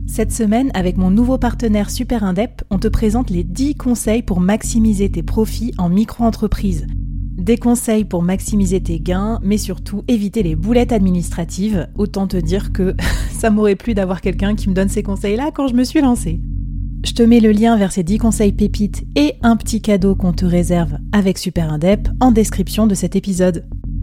Cette semaine, avec mon nouveau partenaire Super Indep, on te présente les 10 conseils pour maximiser tes profits en micro-entreprise. Des conseils pour maximiser tes gains, mais surtout éviter les boulettes administratives. Autant te dire que ça m'aurait plu d'avoir quelqu'un qui me donne ces conseils-là quand je me suis lancée. Je te mets le lien vers ces 10 conseils pépites et un petit cadeau qu'on te réserve avec Super Indep en description de cet épisode.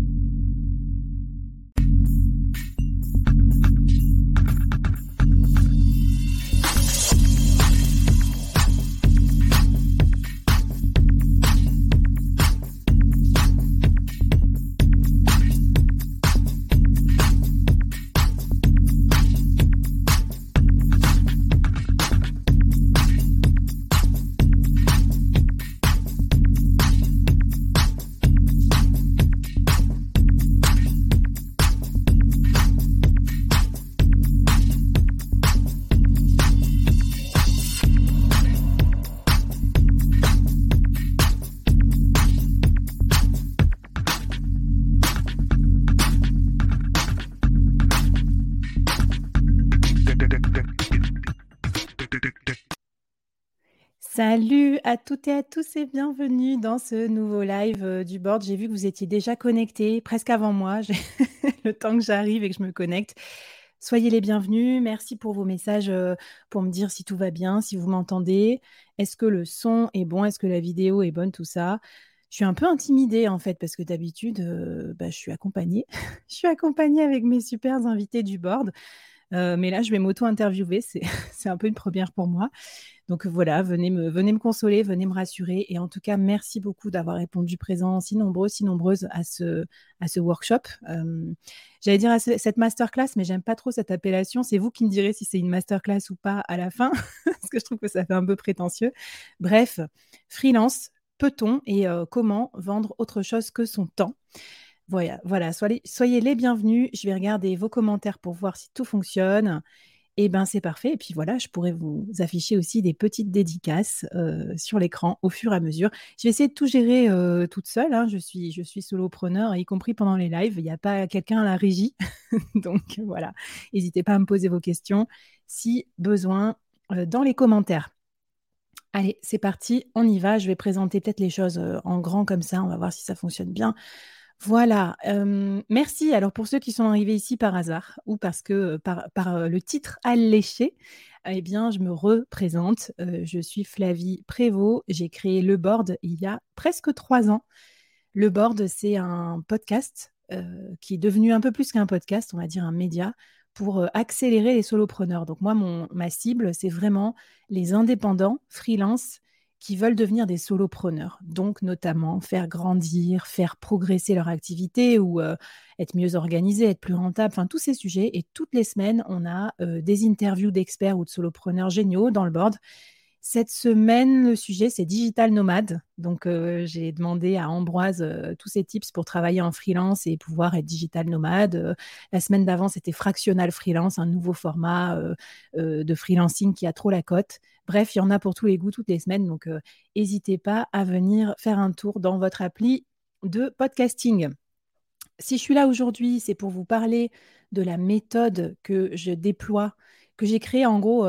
Salut à toutes et à tous et bienvenue dans ce nouveau live du board. J'ai vu que vous étiez déjà connectés, presque avant moi. J'ai le temps que j'arrive et que je me connecte. Soyez les bienvenus. Merci pour vos messages pour me dire si tout va bien, si vous m'entendez. Est-ce que le son est bon? Est-ce que la vidéo est bonne? Tout ça. Je suis un peu intimidée en fait parce que d'habitude, je suis accompagnée. Je suis accompagnée avec mes super invités du board. Mais là, je vais m'auto-interviewer. C'est un peu une première pour moi. Donc voilà, venez me consoler, venez me rassurer. Et en tout cas, merci beaucoup d'avoir répondu présent, si nombreux, si nombreuses à ce workshop. J'allais dire à cette masterclass, mais j'aime pas trop cette appellation. C'est vous qui me direz si c'est une masterclass ou pas à la fin, parce que je trouve que ça fait un peu prétentieux. Bref, freelance, peut-on et comment vendre autre chose que son temps? Voilà, soyez les bienvenus. Je vais regarder vos commentaires pour voir si tout fonctionne. Eh bien, c'est parfait. Et puis voilà, je pourrais vous afficher aussi des petites dédicaces sur l'écran au fur et à mesure. Je vais essayer de tout gérer toute seule, hein. Je suis solopreneur, y compris pendant les lives. Il n'y a pas quelqu'un à la régie. Donc voilà, n'hésitez pas à me poser vos questions si besoin dans les commentaires. Allez, c'est parti, on y va. Je vais présenter peut-être les choses en grand comme ça. On va voir si ça fonctionne bien. Voilà, merci. Alors pour ceux qui sont arrivés ici par hasard ou parce que par le titre alléché, eh bien je me représente. Je suis Flavie Prévost. J'ai créé Le Board il y a presque 3 ans. Le Board, c'est un podcast qui est devenu un peu plus qu'un podcast, on va dire un média, pour accélérer les solopreneurs. Donc moi, ma cible, c'est vraiment les indépendants, freelance, qui veulent devenir des solopreneurs. Donc notamment faire grandir, faire progresser leur activité ou être mieux organisé, être plus rentable, enfin tous ces sujets. Et toutes les semaines, on a des interviews d'experts ou de solopreneurs géniaux dans le board. Cette semaine, le sujet, c'est digital nomade. Donc, j'ai demandé à Ambroise tous ses tips pour travailler en freelance et pouvoir être digital nomade. La semaine d'avant, c'était fractional freelance, un nouveau format de freelancing qui a trop la cote. Bref, il y en a pour tous les goûts toutes les semaines. Donc, n'hésitez pas à venir faire un tour dans votre appli de podcasting. Si je suis là aujourd'hui, c'est pour vous parler de la méthode que je déploie, que j'ai créée en gros.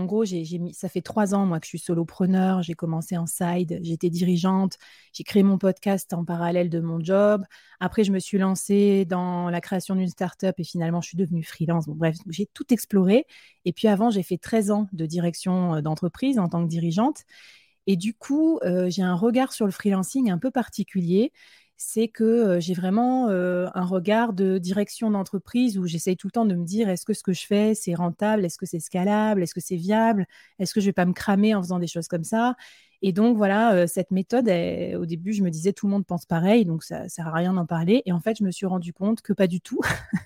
Ça fait 3 ans moi que je suis solopreneur. J'ai commencé en side, j'étais dirigeante, j'ai créé mon podcast en parallèle de mon job. Après, je me suis lancée dans la création d'une start-up et finalement, je suis devenue freelance. Bon, bref, j'ai tout exploré. Et puis avant, j'ai fait 13 ans de direction d'entreprise en tant que dirigeante. Et du coup, j'ai un regard sur le freelancing un peu particulier. C'est que j'ai vraiment un regard de direction d'entreprise où j'essaye tout le temps de me dire est-ce que ce que je fais, c'est rentable? Est-ce que c'est scalable? Est-ce que c'est viable? Est-ce que je ne vais pas me cramer en faisant des choses comme ça? Et donc, voilà, cette méthode, au début, je me disais tout le monde pense pareil, donc ça ne sert à rien d'en parler. Et en fait, je me suis rendu compte que pas du tout.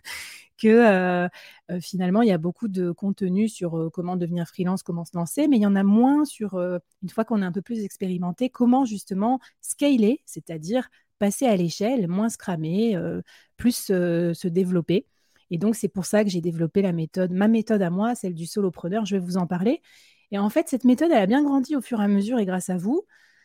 Que finalement, il y a beaucoup de contenu sur comment devenir freelance, comment se lancer, mais il y en a moins sur, une fois qu'on est un peu plus expérimenté, comment justement scaler, c'est-à-dire passer à l'échelle, moins se cramer, plus se développer. Et donc, c'est pour ça que j'ai développé ma méthode à moi, celle du solopreneur. Je vais vous en parler. Et en fait, cette méthode, elle a bien grandi au fur et à mesure et grâce à vous.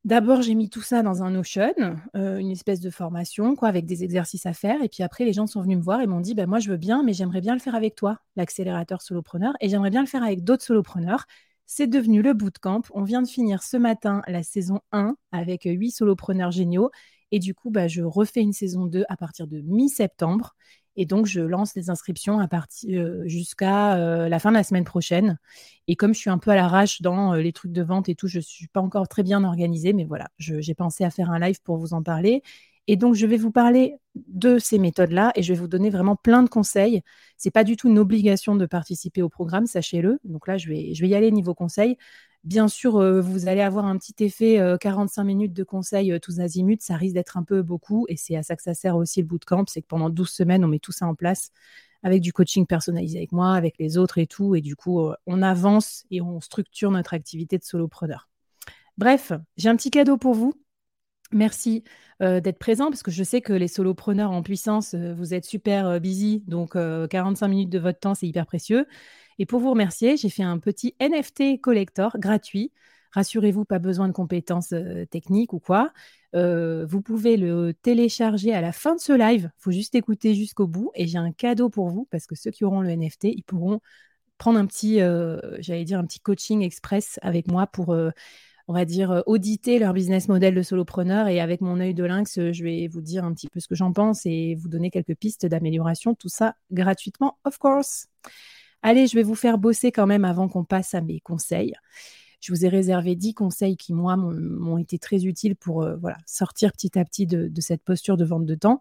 D'abord, j'ai mis tout ça dans un Notion, une espèce de formation quoi, avec des exercices à faire et puis après les gens sont venus me voir et m'ont dit: «Bah, moi je veux bien, mais j'aimerais bien le faire avec toi, l'accélérateur solopreneur et j'aimerais bien le faire avec d'autres solopreneurs». C'est devenu le bootcamp. On vient de finir ce matin la saison 1 avec, 8 solopreneurs géniaux et du coup, bah, je refais une saison 2 à partir de mi-septembre et donc je lance les inscriptions jusqu'à, la fin de la semaine prochaine. Et comme je suis un peu à l'arrache dans les trucs de vente et tout, je ne suis pas encore très bien organisée, mais voilà, j'ai pensé à faire un live pour vous en parler. Et donc, je vais vous parler de ces méthodes-là et je vais vous donner vraiment plein de conseils. Ce n'est pas du tout une obligation de participer au programme, sachez-le. Donc là, je vais y aller niveau conseils. Bien sûr, vous allez avoir un petit effet 45 minutes de conseils tous azimuts. Ça risque d'être un peu beaucoup et c'est à ça que ça sert aussi le bootcamp. C'est que pendant 12 semaines, on met tout ça en place avec du coaching personnalisé avec moi, avec les autres et tout. Et du coup, on avance et on structure notre activité de solopreneur. Bref, j'ai un petit cadeau pour vous. Merci d'être présent parce que je sais que les solopreneurs en puissance, vous êtes super busy. Donc, 45 minutes de votre temps, c'est hyper précieux. Et pour vous remercier, j'ai fait un petit NFT collector gratuit. Rassurez-vous, pas besoin de compétences techniques ou quoi. Vous pouvez le télécharger à la fin de ce live. Il faut juste écouter jusqu'au bout. Et j'ai un cadeau pour vous parce que ceux qui auront le NFT, ils pourront prendre un petit, j'allais dire, un petit coaching express avec moi pour on va dire, auditer leur business model de solopreneur et avec mon œil de lynx, je vais vous dire un petit peu ce que j'en pense et vous donner quelques pistes d'amélioration, tout ça gratuitement, of course. Allez, je vais vous faire bosser quand même avant qu'on passe à mes conseils. Je vous ai réservé 10 conseils qui, moi, m'ont été très utiles pour voilà, sortir petit à petit de cette posture de vente de temps.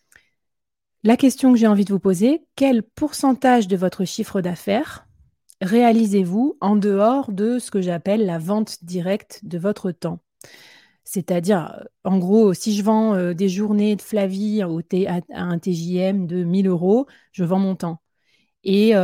La question que j'ai envie de vous poser, quel pourcentage de votre chiffre d'affaires réalisez-vous en dehors de ce que j'appelle la vente directe de votre temps? C'est-à-dire, en gros, si je vends des journées de Flavie à un TJM de 1 000 euros, je vends mon temps. Et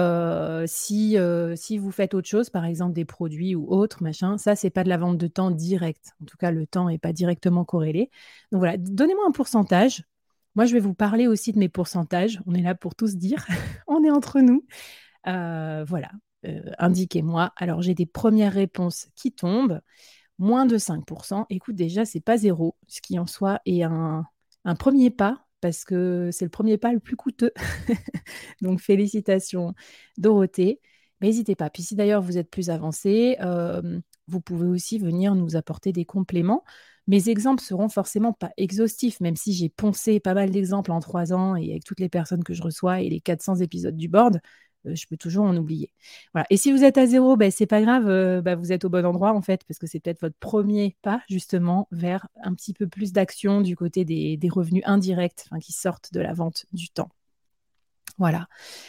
si vous faites autre chose, par exemple des produits ou autre, machin, ça, c'est pas de la vente de temps directe. En tout cas, le temps n'est pas directement corrélé. Donc voilà, donnez-moi un pourcentage. Moi, je vais vous parler aussi de mes pourcentages. On est là pour tout se dire. On est entre nous. Voilà, indiquez-moi. Alors, j'ai des premières réponses qui tombent. Moins de 5%. Écoute, déjà, c'est pas zéro, ce qui en soi est un premier pas, parce que c'est le premier pas le plus coûteux. Donc, félicitations, Dorothée. Mais n'hésitez pas. Puis si d'ailleurs vous êtes plus avancé, vous pouvez aussi venir nous apporter des compléments. Mes exemples seront forcément pas exhaustifs, même si j'ai poncé pas mal d'exemples en 3 ans et avec toutes les personnes que je reçois et les 400 épisodes du board, je peux toujours en oublier. Voilà. Et si vous êtes à zéro, ben, c'est pas grave, vous êtes au bon endroit en fait, parce que c'est peut-être votre premier pas justement vers un petit peu plus d'action du côté des revenus indirects qui sortent de la vente du temps. Voilà.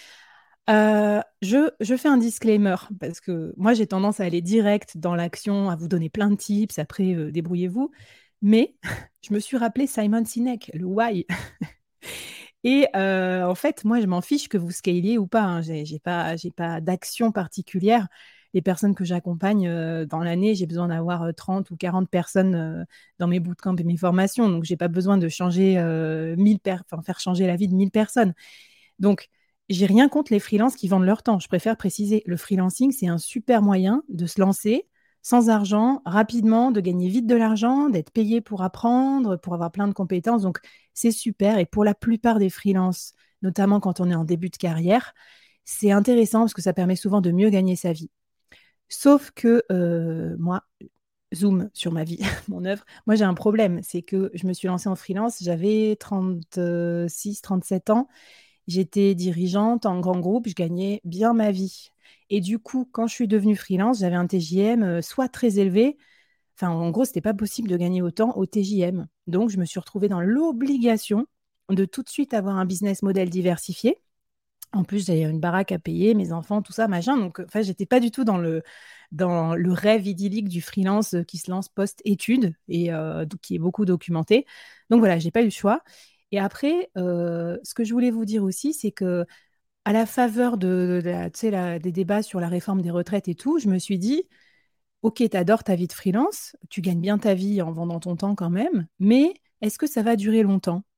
Je fais un disclaimer parce que moi, j'ai tendance à aller direct dans l'action, à vous donner plein de tips, après, débrouillez-vous. Mais je me suis rappelé Simon Sinek, le why. Et en fait, moi, je m'en fiche que vous scaliez ou pas, hein. J'ai pas d'action particulière. Les personnes que j'accompagne, dans l'année, j'ai besoin d'avoir, 30 ou 40 personnes, dans mes bootcamps et mes formations. Donc j'ai pas besoin de changer, 1000 faire changer la vie de 1000 personnes. Donc, j'ai rien contre les freelances qui vendent leur temps. Je préfère préciser, le freelancing, c'est un super moyen de se lancer sans argent, rapidement, de gagner vite de l'argent, d'être payé pour apprendre, pour avoir plein de compétences. Donc, c'est super. Et pour la plupart des freelances, notamment quand on est en début de carrière, c'est intéressant parce que ça permet souvent de mieux gagner sa vie. Sauf que moi, zoom sur ma vie, mon œuvre, moi j'ai un problème, c'est que je me suis lancée en freelance, j'avais 36, 37 ans. J'étais dirigeante en grand groupe, je gagnais bien ma vie. Et du coup, quand je suis devenue freelance, j'avais un TJM soit très élevé, enfin en gros, c'était pas possible de gagner autant au TJM. Donc, je me suis retrouvée dans l'obligation de tout de suite avoir un business model diversifié. En plus, j'avais une baraque à payer, mes enfants, tout ça, machin. Donc, enfin, j'étais pas du tout dans le rêve idyllique du freelance qui se lance post-études et qui est beaucoup documenté. Donc voilà, j'ai pas eu le choix. Et après, ce que je voulais vous dire aussi, c'est que à la faveur tu sais, des débats sur la réforme des retraites et tout, je me suis dit, ok, t'adores ta vie de freelance, tu gagnes bien ta vie en vendant ton temps quand même, mais est-ce que ça va durer longtemps?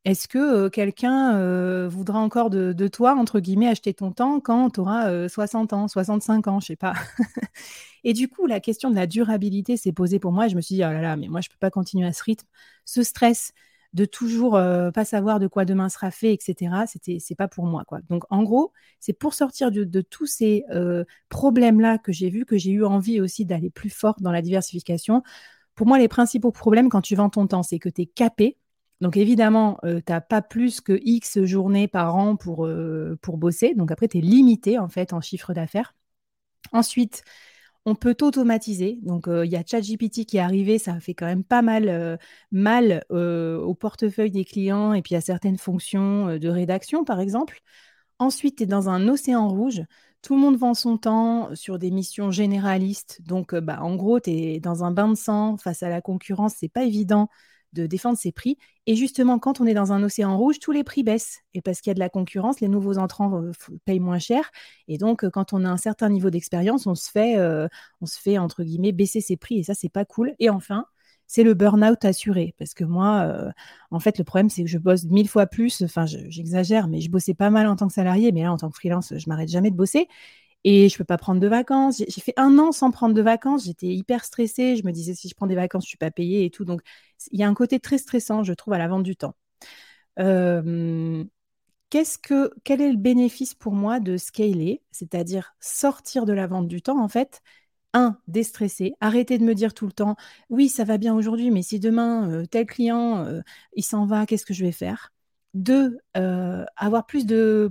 Est-ce que quelqu'un voudra encore de toi, entre guillemets, acheter ton temps quand tu auras 60 ans, 65 ans, je sais pas. Et du coup, la question de la durabilité s'est posée pour moi. Je me suis dit, oh là là, mais moi, je peux pas continuer à ce rythme. Ce stress de toujours pas savoir de quoi demain sera fait, etc., c'est pas pour moi, quoi. Donc, en gros, c'est pour sortir de tous ces problèmes-là que j'ai vus, que j'ai eu envie aussi d'aller plus fort dans la diversification. Pour moi, les principaux problèmes quand tu vends ton temps, c'est que tu es capé. Donc évidemment, tu n'as pas plus que X journées par an pour bosser. Donc après, tu es limité en fait en chiffre d'affaires. Ensuite, on peut automatiser. Donc il y a ChatGPT qui est arrivé, ça fait quand même pas mal au portefeuille des clients et puis à certaines fonctions de rédaction, par exemple. Ensuite, tu es dans un océan rouge. Tout le monde vend son temps sur des missions généralistes. Donc, en gros, tu es dans un bain de sang face à la concurrence. C'est pas évident de défendre ses prix. Et justement, quand on est dans un océan rouge, tous les prix baissent. Et parce qu'il y a de la concurrence, les nouveaux entrants payent moins cher. Et donc, quand on a un certain niveau d'expérience, on se fait, entre guillemets, baisser ses prix. Et ça, c'est pas cool. Et enfin, c'est le burn-out assuré. Parce que moi, en fait, le problème, c'est que je bosse 1000 fois plus. Enfin, j'exagère, mais je bossais pas mal en tant que salarié. Mais là, en tant que freelance, je m'arrête jamais de bosser. Et je peux pas prendre de vacances. J'ai fait 1 an sans prendre de vacances. J'étais hyper stressée. Je me disais, si je prends des vacances, je suis pas payée et tout. Donc, il y a un côté très stressant, je trouve, à la vente du temps. Euh, quel est le bénéfice pour moi de scaler, c'est-à-dire sortir de la vente du temps, en fait? Un, déstresser, arrêter de me dire tout le temps, oui, ça va bien aujourd'hui, mais si demain, tel client, il s'en va, qu'est-ce que je vais faire? Deux, avoir plus de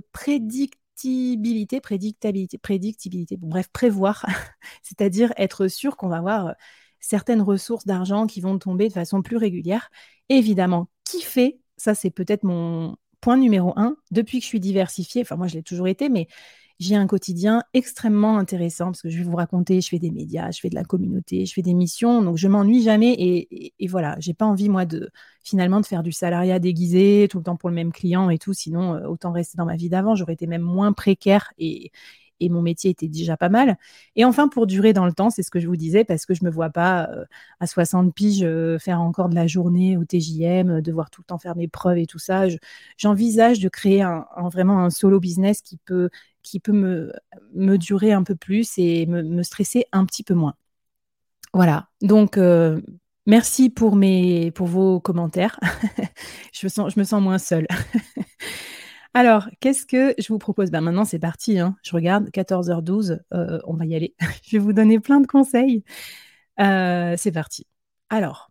prédictibilité, bon, bref, prévoir, c'est-à-dire être sûr qu'on va avoir certaines ressources d'argent qui vont tomber de façon plus régulière. Et évidemment, kiffer, ça c'est peut-être mon point numéro un, depuis que je suis diversifiée, enfin moi je l'ai toujours été, mais j'ai un quotidien extrêmement intéressant parce que je vais vous raconter, je fais des médias, je fais de la communauté, je fais des missions, donc je m'ennuie jamais et voilà, j'ai pas envie moi finalement de faire du salariat déguisé tout le temps pour le même client et tout, sinon autant rester dans ma vie d'avant, j'aurais été même moins précaire et mon métier était déjà pas mal. Et enfin, pour durer dans le temps, c'est ce que je vous disais, parce que je me vois pas à 60 piges faire encore de la journée au TJM, devoir tout le temps faire mes preuves et tout ça. J'envisage de créer vraiment un solo business qui peut me durer un peu plus et me stresser un petit peu moins. Voilà. Donc, merci pour vos commentaires. Je me sens moins seule. Alors, qu'est-ce que je vous propose? Maintenant, c'est parti, hein. Je regarde, 14h12, on va y aller. Je vais vous donner plein de conseils. C'est parti. Alors,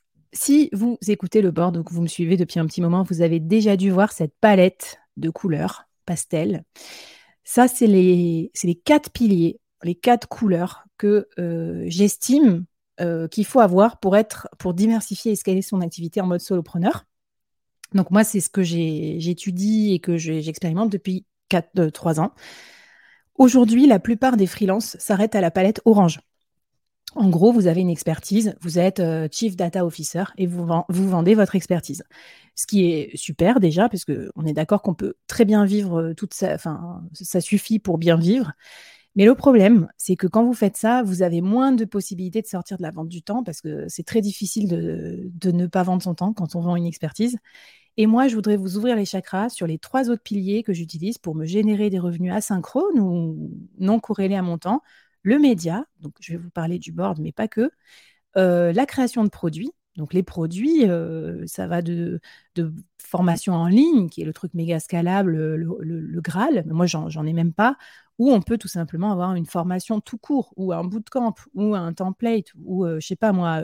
si vous écoutez le board, donc vous me suivez depuis un petit moment, vous avez déjà dû voir cette palette de couleurs pastel. Ça, c'est les 4 piliers, les 4 couleurs que j'estime qu'il faut avoir pour diversifier et scaler son activité en mode solopreneur. Donc moi, c'est ce que j'étudie et que j'expérimente depuis 3 ans. Aujourd'hui, la plupart des freelances s'arrêtent à la palette orange. En gros, vous avez une expertise, vous êtes Chief Data Officer et vous vendez votre expertise. Ce qui est super déjà, parce qu'on est d'accord qu'on peut très bien vivre enfin, ça suffit pour bien vivre. Mais le problème, c'est que quand vous faites ça, vous avez moins de possibilités de sortir de la vente du temps parce que c'est très difficile de ne pas vendre son temps quand on vend une expertise. Et moi, je voudrais vous ouvrir les chakras sur les 3 autres piliers que j'utilise pour me générer des revenus asynchrones ou non corrélés à mon temps. Le média, donc je vais vous parler du board, mais pas que. La création de produits. Donc les produits, ça va de formation en ligne, qui est le truc méga scalable, le Graal. Mais moi, j'en ai même pas. Ou on peut tout simplement avoir une formation tout court, ou un bootcamp, ou un template, ou je sais pas moi,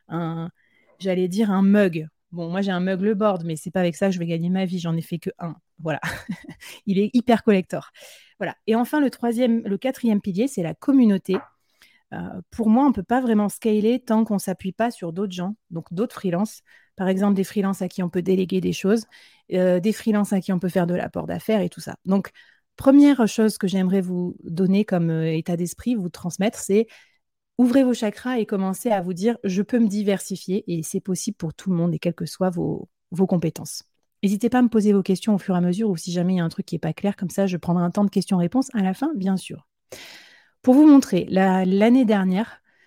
j'allais dire un mug. Bon, moi j'ai un mug le board, mais c'est pas avec ça que je vais gagner ma vie. J'en ai fait que un. Voilà. Il est hyper collector. Voilà. Et enfin, le quatrième pilier, c'est la communauté. Pour moi, on ne peut pas vraiment scaler tant qu'on ne s'appuie pas sur d'autres gens, donc d'autres freelances. Par exemple, des freelances à qui on peut déléguer des choses, des freelances à qui on peut faire de l'apport d'affaires et tout ça. Donc, première chose que j'aimerais vous donner comme état d'esprit, vous transmettre, c'est ouvrez vos chakras et commencez à vous dire, je peux me diversifier et c'est possible pour tout le monde et quelles que soient vos compétences. N'hésitez pas à me poser vos questions au fur et à mesure ou si jamais il y a un truc qui n'est pas clair, comme ça, je prendrai un temps de questions-réponses à la fin, bien sûr. Pour vous montrer, l'année dernière,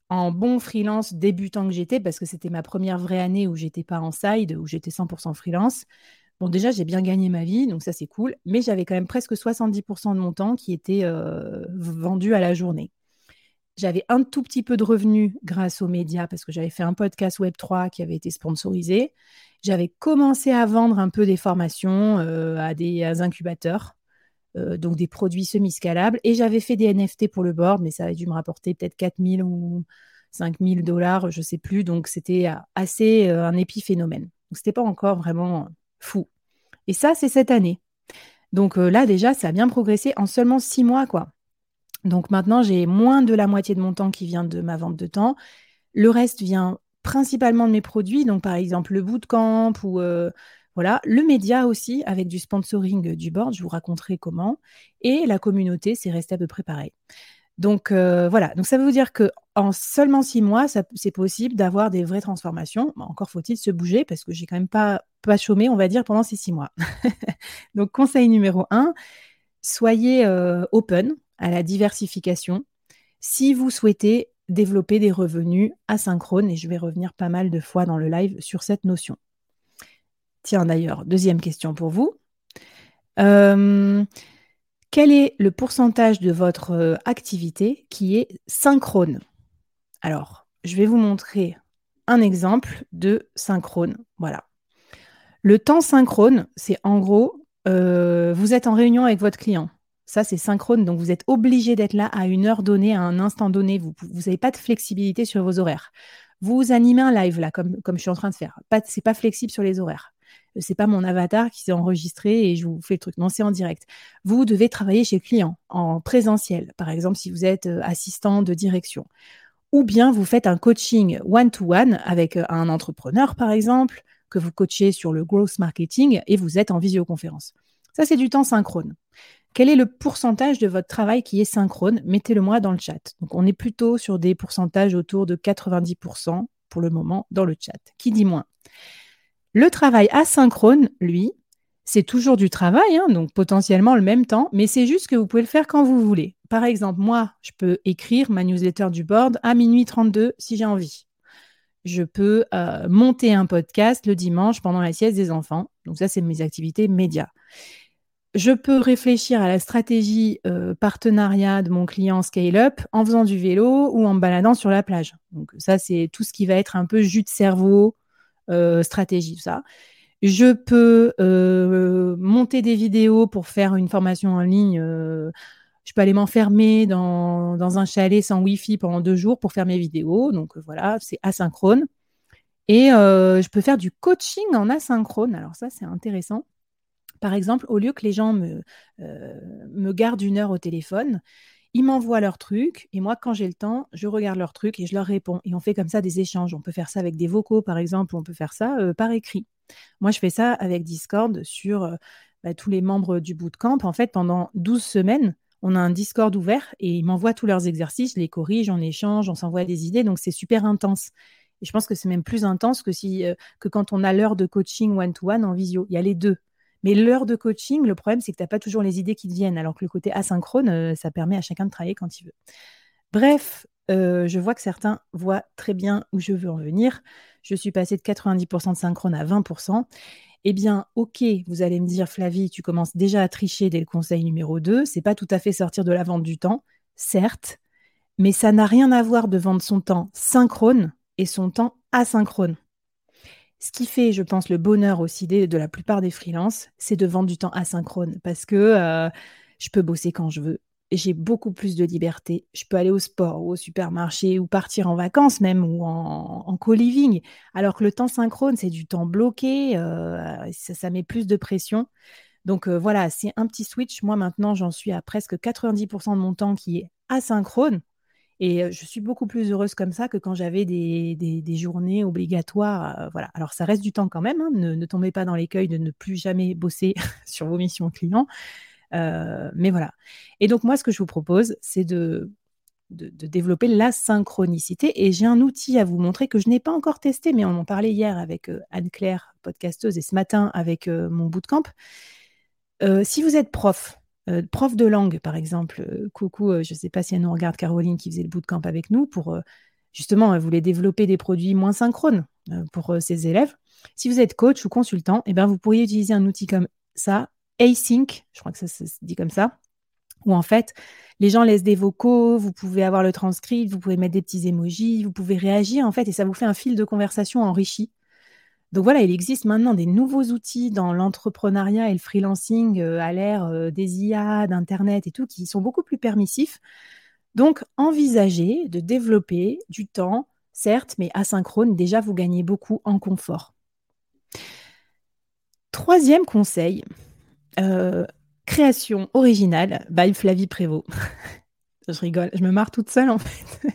en bon freelance débutant que j'étais, parce que c'était ma première vraie année où j'étais pas en side, où j'étais 100% freelance. Bon, déjà, j'ai bien gagné ma vie, donc ça, c'est cool. Mais j'avais quand même presque 70% de mon temps qui était vendu à la journée. J'avais un tout petit peu de revenus grâce aux médias parce que j'avais fait un podcast Web3 qui avait été sponsorisé. J'avais commencé à vendre un peu des formations à des incubateurs, donc des produits semi-scalables. Et j'avais fait des NFT pour le board, mais ça avait dû me rapporter peut-être 4 000 ou 5 000 $, je ne sais plus. Donc c'était assez un épiphénomène. Donc c'était pas encore vraiment fou. Et ça, c'est cette année. Donc là, déjà, ça a bien progressé en seulement 6 mois, quoi. Donc maintenant, j'ai moins de la moitié de mon temps qui vient de ma vente de temps. Le reste vient principalement de mes produits, donc par exemple le bootcamp ou voilà, le média aussi avec du sponsoring du board, je vous raconterai comment. Et la communauté, c'est resté à peu près pareil. Donc voilà, donc ça veut dire que en seulement 6 mois, c'est possible d'avoir des vraies transformations. Bon, encore faut-il se bouger parce que j'ai quand même pas chômé, on va dire, pendant ces 6 mois. Donc conseil numéro un, soyez open à la diversification si vous souhaitez développer des revenus asynchrones, et je vais revenir pas mal de fois dans le live sur cette notion. Tiens, d'ailleurs, deuxième question pour vous. Quel est le pourcentage de votre activité qui est synchrone? Alors, je vais vous montrer un exemple de synchrone. Voilà. Le temps synchrone, c'est en gros, vous êtes en réunion avec votre client. Ça, c'est synchrone, donc vous êtes obligé d'être là à une heure donnée, à un instant donné. Vous n'avez pas de flexibilité sur vos horaires. Vous animez un live, là, comme je suis en train de faire. C'est pas flexible sur les horaires. C'est pas mon avatar qui s'est enregistré et je vous fais le truc. Non, c'est en direct. Vous devez travailler chez le client, en présentiel. Par exemple, si vous êtes assistant de direction. Ou bien vous faites un coaching one-to-one avec un entrepreneur, par exemple, que vous coachez sur le growth marketing et vous êtes en visioconférence. Ça, c'est du temps synchrone. Quel est le pourcentage de votre travail qui est synchrone? Mettez-le moi dans le chat. Donc, on est plutôt sur des pourcentages autour de 90% pour le moment dans le chat. Qui dit moins? Le travail asynchrone, lui, c'est toujours du travail, hein, donc potentiellement le même temps, mais c'est juste que vous pouvez le faire quand vous voulez. Par exemple, moi, je peux écrire ma newsletter du board à minuit 32 si j'ai envie. Je peux monter un podcast le dimanche pendant la sieste des enfants. Donc ça, c'est mes activités médias. Je peux réfléchir à la stratégie partenariat de mon client Scale-up en faisant du vélo ou en me baladant sur la plage. Donc ça, c'est tout ce qui va être un peu jus de cerveau, stratégie, tout ça. Je peux monter des vidéos pour faire une formation en ligne. Je peux aller m'enfermer dans un chalet sans Wi-Fi pendant 2 jours pour faire mes vidéos. Donc voilà, c'est asynchrone. Et je peux faire du coaching en asynchrone. Alors ça, c'est intéressant. Par exemple, au lieu que les gens me gardent 1 heure au téléphone, ils m'envoient leurs trucs et moi, quand j'ai le temps, je regarde leurs trucs et je leur réponds. Et on fait comme ça des échanges. On peut faire ça avec des vocaux, par exemple, ou on peut faire ça par écrit. Moi, je fais ça avec Discord sur tous les membres du bootcamp. En fait, pendant 12 semaines, on a un Discord ouvert et ils m'envoient tous leurs exercices, je les corrige, on échange, on s'envoie des idées. Donc, c'est super intense. Et je pense que c'est même plus intense que quand on a l'heure de coaching one-to-one en visio. Il y a les deux. Mais l'heure de coaching, le problème, c'est que tu n'as pas toujours les idées qui te viennent, alors que le côté asynchrone, ça permet à chacun de travailler quand il veut. Bref, je vois que certains voient très bien où je veux en venir. Je suis passée de 90% de synchrone à 20%. Eh bien, ok, vous allez me dire, Flavie, tu commences déjà à tricher dès le conseil numéro 2. C'est pas tout à fait sortir de la vente du temps, certes, mais ça n'a rien à voir de vendre son temps synchrone et son temps asynchrone. Ce qui fait, je pense, le bonheur aussi de la plupart des freelances, c'est de vendre du temps asynchrone parce que je peux bosser quand je veux. J'ai beaucoup plus de liberté. Je peux aller au sport ou au supermarché ou partir en vacances même ou en co-living. Alors que le temps synchrone, c'est du temps bloqué. Ça met plus de pression. Donc voilà, c'est un petit switch. Moi, maintenant, j'en suis à presque 90% de mon temps qui est asynchrone. Et je suis beaucoup plus heureuse comme ça que quand j'avais des journées obligatoires. Voilà. Alors, ça reste du temps quand même. Hein. Ne tombez pas dans l'écueil de ne plus jamais bosser sur vos missions clients. Mais voilà. Et donc, moi, ce que je vous propose, c'est de développer la synchronicité. Et j'ai un outil à vous montrer que je n'ai pas encore testé, mais on en parlait hier avec Anne-Claire, podcasteuse, et ce matin avec mon bootcamp. Si vous êtes prof de langue, par exemple, coucou, je ne sais pas si elle nous regarde, Caroline, qui faisait le bootcamp avec nous, justement, elle voulait développer des produits moins synchrones pour ses élèves. Si vous êtes coach ou consultant, eh ben, vous pourriez utiliser un outil comme ça, Async, je crois que ça se dit comme ça, où en fait, les gens laissent des vocaux, vous pouvez avoir le transcript, vous pouvez mettre des petits emojis, vous pouvez réagir en fait, et ça vous fait un fil de conversation enrichi. Donc voilà, il existe maintenant des nouveaux outils dans l'entrepreneuriat et le freelancing à l'ère des IA, d'Internet et tout, qui sont beaucoup plus permissifs. Donc, envisagez de développer du temps, certes, mais asynchrone. Déjà, vous gagnez beaucoup en confort. Troisième conseil, création originale by Flavie Prévost. Je rigole, je me marre toute seule en fait.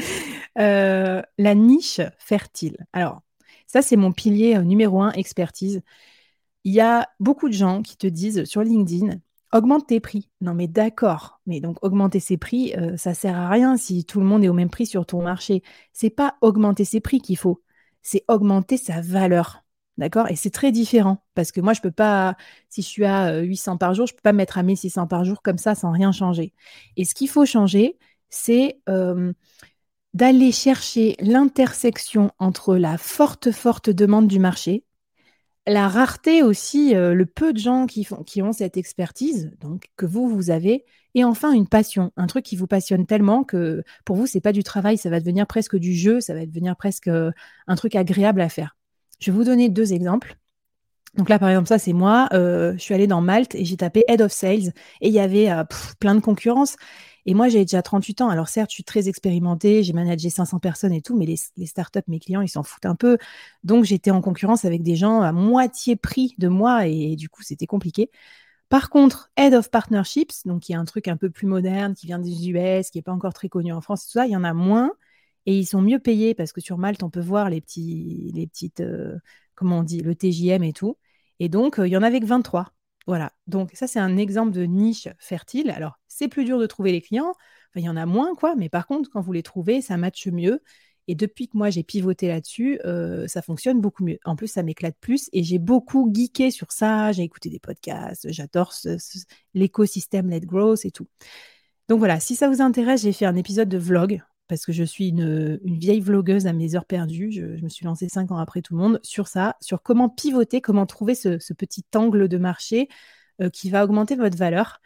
La niche fertile. Alors, ça, c'est mon pilier numéro 1, expertise. Il y a beaucoup de gens qui te disent sur LinkedIn, augmente tes prix. Non, mais d'accord. Mais donc, augmenter ses prix, ça sert à rien si tout le monde est au même prix sur ton marché. C'est pas augmenter ses prix qu'il faut, c'est augmenter sa valeur. D'accord? Et c'est très différent parce que moi, je peux pas, si je suis à 800 par jour, je peux pas me mettre à 1600 par jour comme ça sans rien changer. Et ce qu'il faut changer, c'est d'aller chercher l'intersection entre la forte, forte demande du marché, la rareté aussi, le peu de gens qui ont cette expertise, donc que vous avez, et enfin une passion, un truc qui vous passionne tellement que pour vous, c'est pas du travail, ça va devenir presque du jeu, ça va devenir presque un truc agréable à faire. Je vais vous donner 2 exemples. Donc là, par exemple, ça, c'est moi. Je suis allée dans Malte et j'ai tapé Head of Sales et il y avait plein de concurrence. Et moi, j'ai déjà 38 ans. Alors certes, je suis très expérimentée, j'ai managé 500 personnes et tout, mais les startups, mes clients, ils s'en foutent un peu. Donc j'étais en concurrence avec des gens à moitié prix de moi et du coup, c'était compliqué. Par contre, Head of Partnerships, donc qui est un truc un peu plus moderne, qui vient des US, qui n'est pas encore très connu en France, tout ça, il y en a moins et ils sont mieux payés parce que sur Malte, on peut voir les petites, comment on dit, le TJM et tout. Et donc, il y en avait que 23. Voilà. Donc, ça, c'est un exemple de niche fertile. Alors, c'est plus dur de trouver les clients. Enfin, il y en a moins, quoi. Mais par contre, quand vous les trouvez, ça matche mieux. Et depuis que moi, j'ai pivoté là-dessus, ça fonctionne beaucoup mieux. En plus, ça m'éclate plus. Et j'ai beaucoup geeké sur ça. J'ai écouté des podcasts. J'adore l'écosystème Let Growth et tout. Donc voilà, si ça vous intéresse, j'ai fait un épisode de vlog parce que je suis une vieille vlogueuse à mes heures perdues. Je me suis lancée 5 ans après tout le monde sur ça, sur comment pivoter, comment trouver ce petit angle de marché qui va augmenter votre valeur.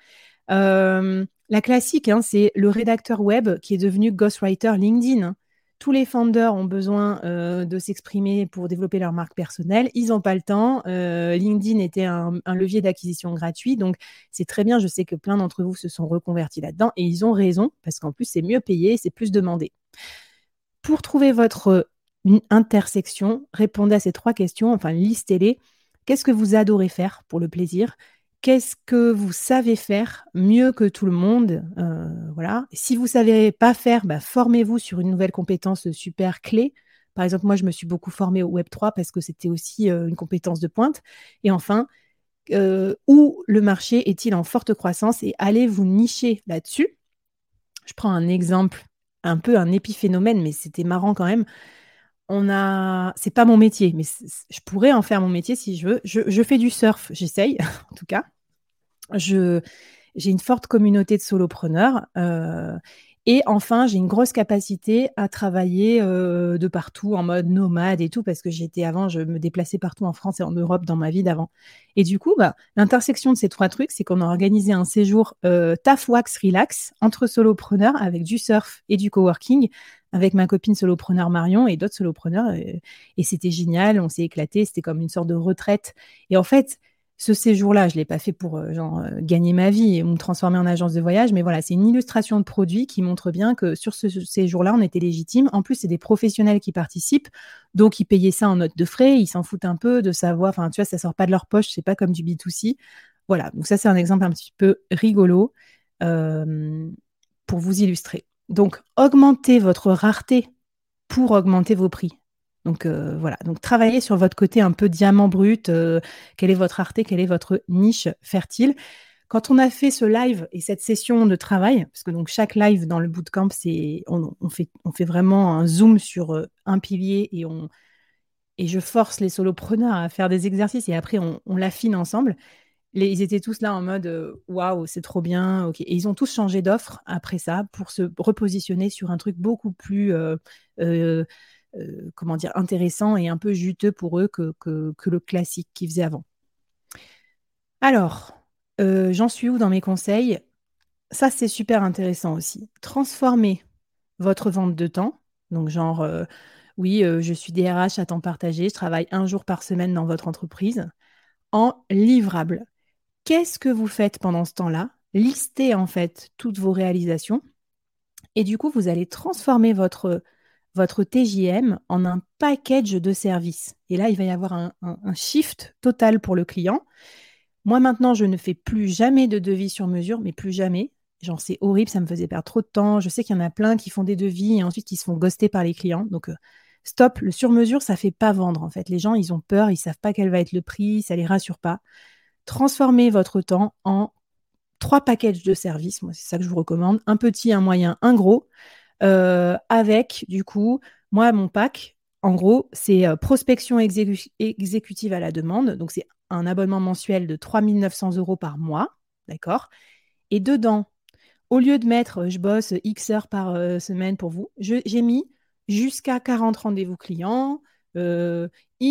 La classique, hein, c'est le rédacteur web qui est devenu ghostwriter LinkedIn. Tous les founders ont besoin de s'exprimer pour développer leur marque personnelle. Ils n'ont pas le temps. LinkedIn était un levier d'acquisition gratuit. Donc, c'est très bien. Je sais que plein d'entre vous se sont reconvertis là-dedans et ils ont raison parce qu'en plus, c'est mieux payé, c'est plus demandé. Pour trouver votre intersection, répondez à ces 3 questions, enfin, listez-les. Qu'est-ce que vous adorez faire pour le plaisir? Qu'est-ce que vous savez faire mieux que tout le monde? Voilà. Si vous ne savez pas faire, bah, formez-vous sur une nouvelle compétence super clé. Par exemple, moi, je me suis beaucoup formée au Web3 parce que c'était aussi une compétence de pointe. Et enfin, où le marché est-il en forte croissance? Et allez vous nicher là-dessus. Je prends un exemple, un peu un épiphénomène, mais c'était marrant quand même. C'est pas mon métier, mais je pourrais en faire mon métier si je veux. Je fais du surf, j'essaye en tout cas. J'ai une forte communauté de solopreneurs. Et enfin, j'ai une grosse capacité à travailler de partout en mode nomade et tout, parce que avant, je me déplaçais partout en France et en Europe dans ma vie d'avant. Et du coup, bah, l'intersection de ces 3 trucs, c'est qu'on a organisé un séjour taf, wax, relax entre solopreneurs avec du surf et du coworking, avec ma copine solopreneur Marion et d'autres solopreneurs. Et c'était génial, on s'est éclaté, c'était comme une sorte de retraite. Et en fait, ce séjour-là, je ne l'ai pas fait pour gagner ma vie ou me transformer en agence de voyage, mais voilà, c'est une illustration de produit qui montre bien que sur ce séjour-là, on était légitime. En plus, c'est des professionnels qui participent, donc ils payaient ça en note de frais, ils s'en foutent un peu de savoir, enfin, tu vois, ça sort pas de leur poche, c'est pas comme du B2C. Voilà, donc ça, c'est un exemple un petit peu rigolo pour vous illustrer. Donc, augmentez votre rareté pour augmenter vos prix. Donc voilà, donc travaillez sur votre côté un peu diamant brut, quelle est votre rareté, quelle est votre niche fertile. Quand on a fait ce live et cette session de travail, parce que donc chaque live dans le bootcamp, on fait vraiment un zoom sur un pilier et je force les solopreneurs à faire des exercices et après on l'affine ensemble. Ils étaient tous là en mode waouh, c'est trop bien. Ok. Et ils ont tous changé d'offre après ça pour se repositionner sur un truc beaucoup plus euh, comment dire, intéressant et un peu juteux pour eux que le classique qu'ils faisaient avant. Alors, j'en suis où dans mes conseils? Ça, c'est super intéressant aussi. Transformer votre vente de temps. Donc, genre, oui, je suis DRH à temps partagé, je travaille un jour par semaine dans votre entreprise, en livrable. Qu'est-ce que vous faites pendant ce temps-là? Listez en fait toutes vos réalisations et du coup, vous allez transformer votre TJM en un package de services. Et là, il va y avoir un shift total pour le client. Moi, maintenant, je ne fais plus jamais de devis sur mesure, mais plus jamais. Genre, c'est horrible, ça me faisait perdre trop de temps. Je sais qu'il y en a plein qui font des devis et ensuite qui se font ghoster par les clients. Donc, stop, le sur-mesure, ça ne fait pas vendre en fait. Les gens, ils ont peur, ils ne savent pas quel va être le prix, ça ne les rassure pas. Transformez votre temps en 3 packages de services. Moi, c'est ça que je vous recommande. Un petit, un moyen, un gros. Avec, du coup, moi, mon pack, en gros, c'est prospection exécutive à la demande. Donc, c'est un abonnement mensuel de 3 900 euros par mois. D'accord? Et dedans, au lieu de mettre je bosse X heures par semaine pour vous, j'ai mis jusqu'à 40 rendez-vous clients, euh,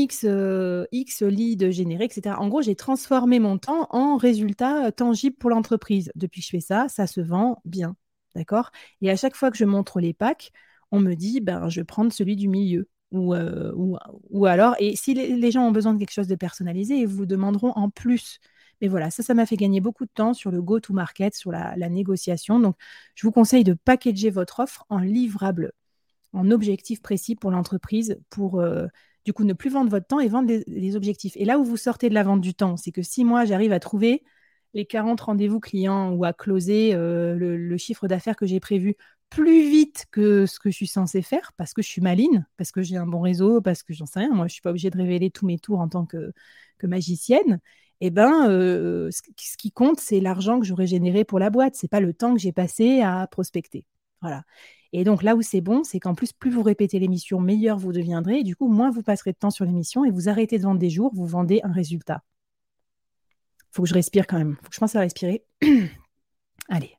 X leads générés, etc. En gros, j'ai transformé mon temps en résultat tangible pour l'entreprise. Depuis que je fais ça, ça se vend bien. D'accord? Et à chaque fois que je montre les packs, on me dit, ben, je vais prendre celui du milieu. Ou alors, et si les gens ont besoin de quelque chose de personnalisé, ils vous demanderont en plus. Mais voilà, ça m'a fait gagner beaucoup de temps sur le go-to-market, sur la négociation. Donc, je vous conseille de packager votre offre en livrable, en objectif précis pour l'entreprise, pour du coup ne plus vendre votre temps et vendre les objectifs. Et là où vous sortez de la vente du temps, c'est que si moi j'arrive à trouver les 40 rendez-vous clients ou à closer le chiffre d'affaires que j'ai prévu plus vite que ce que je suis censée faire, parce que je suis maline, parce que j'ai un bon réseau, parce que j'en sais rien, moi je ne suis pas obligée de révéler tous mes tours en tant que magicienne, eh ben, ce qui compte, c'est l'argent que j'aurais généré pour la boîte, c'est pas le temps que j'ai passé à prospecter. Voilà. Et donc là où c'est bon, c'est qu'en plus, plus vous répétez l'émission, meilleur vous deviendrez. Et du coup, moins vous passerez de temps sur l'émission et vous arrêtez de vendre des jours, vous vendez un résultat. Il faut que je respire quand même. Il faut que je pense à respirer. Allez.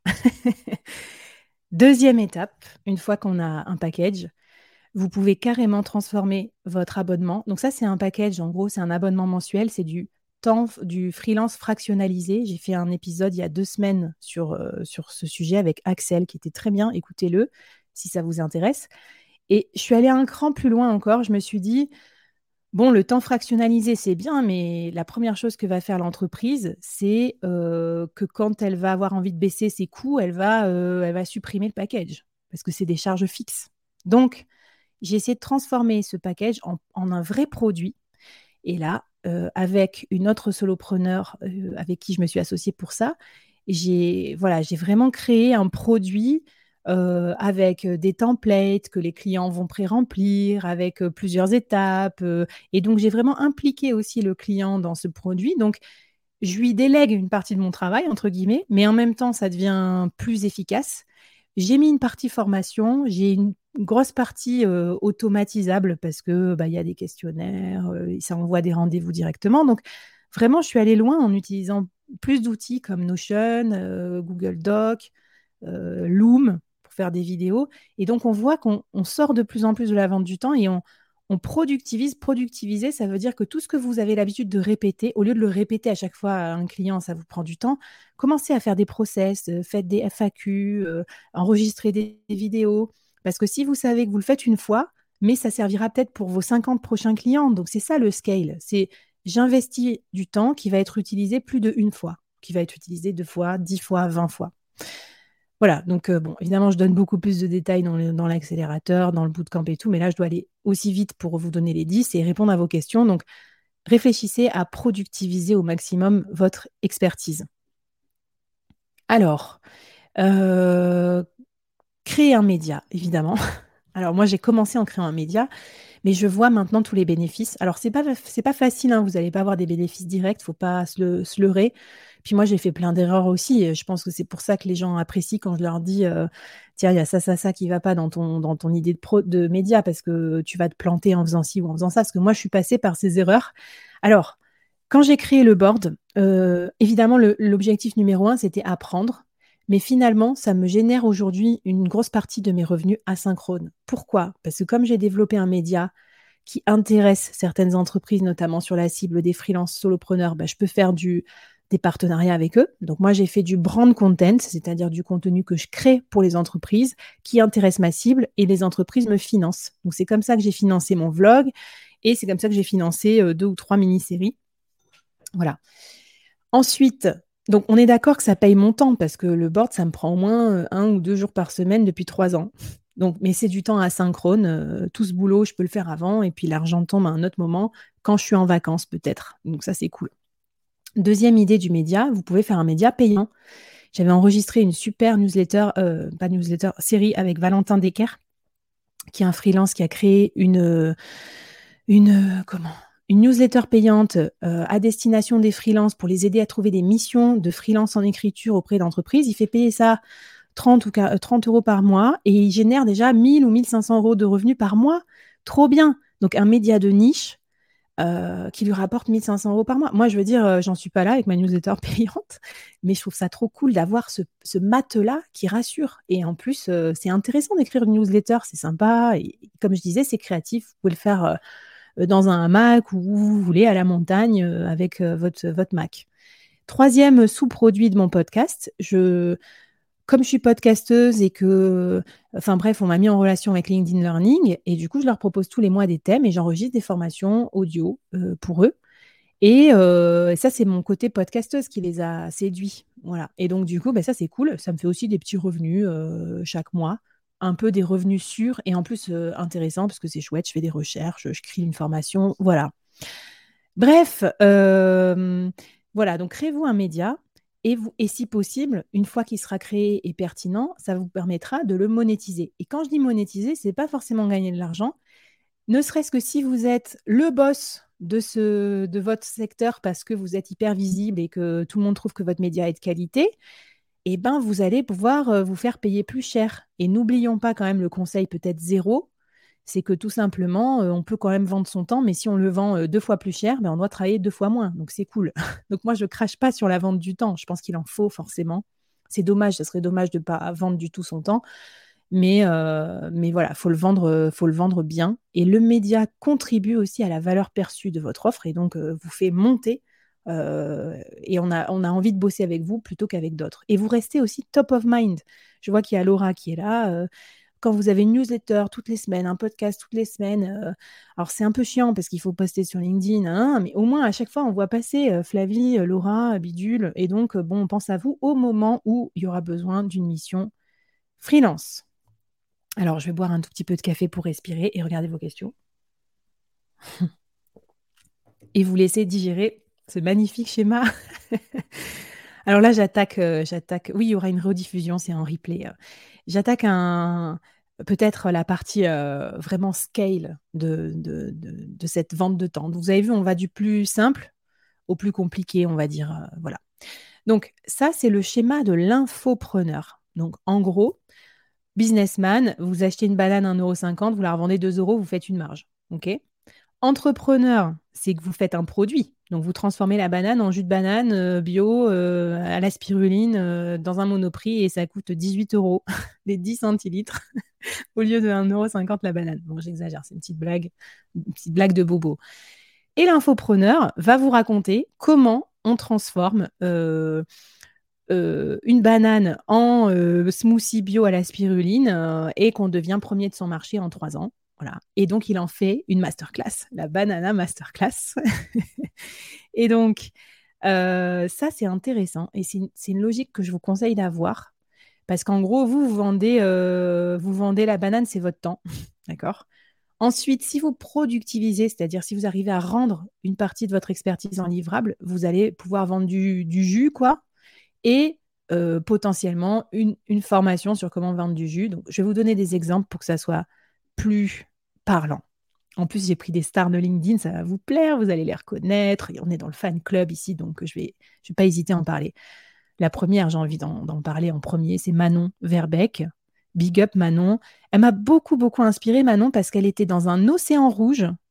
Deuxième étape, une fois qu'on a un package, vous pouvez carrément transformer votre abonnement. Donc ça, c'est un package. En gros, c'est un abonnement mensuel. C'est du temps, du freelance fractionnalisé. J'ai fait un épisode il y a 2 semaines sur ce sujet avec Axel qui était très bien. Écoutez-le si ça vous intéresse. Et je suis allée un cran plus loin encore. Je me suis dit, bon, le temps fractionnalisé, c'est bien, mais la première chose que va faire l'entreprise, c'est que quand elle va avoir envie de baisser ses coûts, elle va supprimer le package parce que c'est des charges fixes. Donc, j'ai essayé de transformer ce package en un vrai produit. Et là, avec une autre solopreneur avec qui je me suis associée pour ça, j'ai vraiment créé un produit avec des templates que les clients vont pré-remplir, avec plusieurs étapes. Et donc, j'ai vraiment impliqué aussi le client dans ce produit. Donc, je lui délègue une partie de mon travail, entre guillemets, mais en même temps, ça devient plus efficace. J'ai mis une partie formation, j'ai une grosse partie automatisable parce que bah, y a des questionnaires, ça envoie des rendez-vous directement. Donc, vraiment, je suis allée loin en utilisant plus d'outils comme Notion, Google Doc, Loom pour faire des vidéos. Et donc, on voit qu'on sort de plus en plus de la vente du temps et on productivise. Productiviser, ça veut dire que tout ce que vous avez l'habitude de répéter, au lieu de le répéter à chaque fois à un client, ça vous prend du temps, commencez à faire des process, faites des FAQ, enregistrez des vidéos. Parce que si vous savez que vous le faites une fois, mais ça servira peut-être pour vos 50 prochains clients. Donc, c'est ça le scale. C'est j'investis du temps qui va être utilisé plus d'une fois, qui va être utilisé 2 fois, 10 fois, 20 fois. Voilà, donc bon, évidemment, je donne beaucoup plus de détails dans l'accélérateur, dans le bootcamp et tout, mais là, je dois aller aussi vite pour vous donner les 10 et répondre à vos questions. Donc, réfléchissez à productiviser au maximum votre expertise. Alors, euh, créer un média, évidemment. Alors, moi, j'ai commencé en créant un média, mais je vois maintenant tous les bénéfices. Alors, c'est pas facile, hein, vous n'allez pas avoir des bénéfices directs, il ne faut pas se leurrer. Puis moi, j'ai fait plein d'erreurs aussi. Et je pense que c'est pour ça que les gens apprécient quand je leur dis tiens, il y a ça qui ne va pas dans ton idée de média, parce que tu vas te planter en faisant ci ou en faisant ça. Parce que moi, je suis passée par ces erreurs. Alors, quand j'ai créé le board, Évidemment, l'objectif numéro un, c'était apprendre. Mais finalement, ça me génère aujourd'hui une grosse partie de mes revenus asynchrones. Pourquoi? Parce que comme j'ai développé un média qui intéresse certaines entreprises, notamment sur la cible des freelances solopreneurs, bah, je peux faire des partenariats avec eux. Donc moi, j'ai fait du brand content, c'est-à-dire du contenu que je crée pour les entreprises qui intéressent ma cible et les entreprises me financent. Donc c'est comme ça que j'ai financé mon vlog et c'est comme ça que j'ai financé 2 ou 3 mini-séries. Voilà. Ensuite, donc on est d'accord que ça paye mon temps parce que le board, ça me prend au moins 1 ou 2 jours par semaine depuis 3 ans. Donc, mais c'est du temps asynchrone. Tout ce boulot, je peux le faire avant et puis l'argent tombe à un autre moment quand je suis en vacances peut-être. Donc ça, c'est cool. Deuxième idée du média, vous pouvez faire un média payant. J'avais enregistré une super newsletter, pas newsletter, série avec Valentin Decker, qui est un freelance qui a créé comment une newsletter payante à destination des freelances pour les aider à trouver des missions de freelance en écriture auprès d'entreprises. Il fait payer ça 30 ou 30 euros par mois et il génère déjà 1000 ou 1500 euros de revenus par mois. Trop bien. Donc un média de niche qui lui rapporte 1500 euros par mois. Moi, je veux dire, j'en suis pas là avec ma newsletter payante, mais je trouve ça trop cool d'avoir ce matelas qui rassure. Et en plus, c'est intéressant d'écrire une newsletter, c'est sympa. Et comme je disais, c'est créatif. Vous pouvez le faire dans un hamac ou où vous voulez, à la montagne, avec votre Mac. Troisième sous-produit de mon podcast, comme je suis podcasteuse et que, enfin bref, on m'a mis en relation avec LinkedIn Learning et du coup, je leur propose tous les mois des thèmes et j'enregistre des formations audio pour eux. Et ça, c'est mon côté podcasteuse qui les a séduits. Voilà. Et donc, du coup, bah, ça, c'est cool. Ça me fait aussi des petits revenus chaque mois. Un peu des revenus sûrs et en plus intéressants parce que c'est chouette. Je fais des recherches, je crée une formation. Voilà. Bref, voilà. Donc, créez-vous un média et si possible, une fois qu'il sera créé et pertinent, ça vous permettra de le monétiser. Et quand je dis monétiser, c'est pas forcément gagner de l'argent, ne serait-ce que si vous êtes le boss de votre secteur parce que vous êtes hyper visible et que tout le monde trouve que votre média est de qualité, eh ben, vous allez pouvoir vous faire payer plus cher. Et n'oublions pas quand même le conseil peut-être zéro, c'est que tout simplement, on peut quand même vendre son temps, mais si on le vend 2 fois plus cher, ben, on doit travailler 2 fois moins. Donc c'est cool. Donc moi, je ne crache pas sur la vente du temps. Je pense qu'il en faut forcément. C'est dommage, ça serait dommage de ne pas vendre du tout son temps. Mais voilà, faut le vendre bien. Et le média contribue aussi à la valeur perçue de votre offre et donc vous fait monter. Et on a envie de bosser avec vous plutôt qu'avec d'autres. Et vous restez aussi top of mind. Je vois qu'il y a Laura qui est là. Quand vous avez une newsletter toutes les semaines, un podcast toutes les semaines, alors c'est un peu chiant parce qu'il faut poster sur LinkedIn, hein, mais au moins à chaque fois on voit passer Flavie, Laura, Bidule, et donc bon, on pense à vous au moment où il y aura besoin d'une mission freelance. Alors, je vais boire un tout petit peu de café pour respirer et regarder vos questions. Et vous laisser digérer ce magnifique schéma. Alors là, j'attaque. Oui, il y aura une rediffusion, c'est en replay. J'attaque peut-être la partie vraiment scale de cette vente de temps. Donc, vous avez vu, on va du plus simple au plus compliqué, on va dire. Voilà. Donc, ça, c'est le schéma de l'infopreneur. Donc, en gros, businessman, vous achetez une banane à 1,50 €, vous la revendez 2 euros, vous faites une marge. OK? Entrepreneur, c'est que vous faites un produit. Donc, vous transformez la banane en jus de banane bio à la spiruline dans un monoprix et ça coûte 18 euros, les 10 centilitres, au lieu de 1,50 € la banane. Bon, j'exagère, c'est une petite blague de bobo. Et l'infopreneur va vous raconter comment on transforme une banane en smoothie bio à la spiruline et qu'on devient premier de son marché en 3 ans. Voilà. Et donc, il en fait une masterclass, la Banana Masterclass. Et donc, ça, c'est intéressant. Et c'est une logique que je vous conseille d'avoir. Parce qu'en gros, vous vendez la banane, c'est votre temps. D'accord? Ensuite, si vous productivisez, c'est-à-dire si vous arrivez à rendre une partie de votre expertise en livrable, vous allez pouvoir vendre du jus, quoi, et potentiellement une formation sur comment vendre du jus. Donc, je vais vous donner des exemples pour que ça soit plus parlant. En plus, j'ai pris des stars de LinkedIn, ça va vous plaire, vous allez les reconnaître. Et on est dans le fan club ici, donc je vais pas hésiter à en parler. La première, j'ai envie d'en parler en premier, c'est Manon Verbeek. Big up Manon. Elle m'a beaucoup, beaucoup inspirée, Manon, parce qu'elle était dans un océan rouge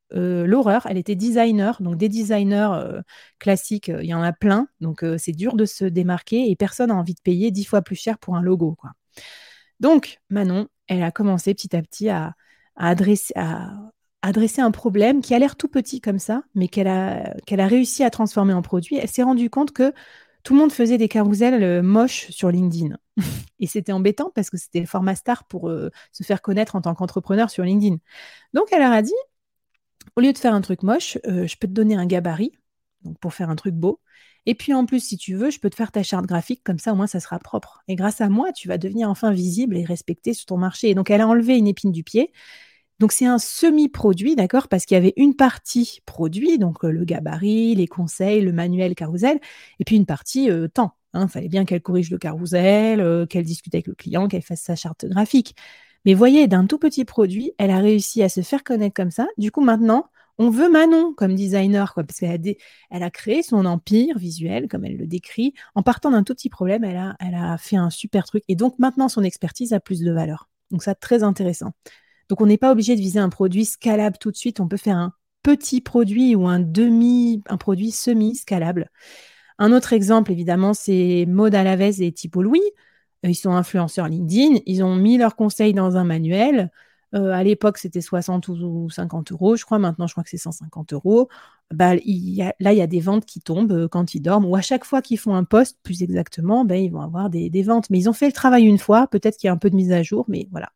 l'horreur. Elle était designer, donc des designers classiques, il y en a plein, donc c'est dur de se démarquer et personne n'a envie de payer 10 fois plus cher pour un logo, quoi. Donc, Manon, elle a commencé petit à petit à adresser un problème qui a l'air tout petit comme ça, mais qu'elle a réussi à transformer en produit. Elle s'est rendue compte que tout le monde faisait des carousels moches sur LinkedIn. Et c'était embêtant parce que c'était le format star pour se faire connaître en tant qu'entrepreneur sur LinkedIn. Donc, elle leur a dit, au lieu de faire un truc moche, je peux te donner un gabarit donc pour faire un truc beau. Et puis en plus, si tu veux, je peux te faire ta charte graphique, comme ça au moins ça sera propre. Et grâce à moi, tu vas devenir enfin visible et respecté sur ton marché. Et donc elle a enlevé une épine du pied. Donc c'est un semi-produit, d'accord, parce qu'il y avait une partie produit, donc le gabarit, les conseils, le manuel carrousel, et puis une partie temps. Il fallait bien qu'elle corrige le carrousel, qu'elle discute avec le client, qu'elle fasse sa charte graphique. Mais voyez, d'un tout petit produit, elle a réussi à se faire connaître comme ça. Du coup, maintenant, on veut Manon comme designer, quoi, parce elle a créé son empire visuel, comme elle le décrit. En partant d'un tout petit problème, elle a fait un super truc. Et donc, maintenant, son expertise a plus de valeur. Donc, ça, très intéressant. Donc, on n'est pas obligé de viser un produit scalable tout de suite. On peut faire un petit produit ou un produit semi-scalable. Un autre exemple, évidemment, c'est Maud Alavez et Thibault Louis. Ils sont influenceurs LinkedIn. Ils ont mis leurs conseils dans un manuel. À l'époque, c'était 60 ou 50 euros, je crois. Maintenant, je crois que c'est 150 euros. Bah, il y a des ventes qui tombent quand ils dorment. Ou à chaque fois qu'ils font un post, plus exactement, ils vont avoir des ventes. Mais ils ont fait le travail une fois. Peut-être qu'il y a un peu de mise à jour, mais voilà.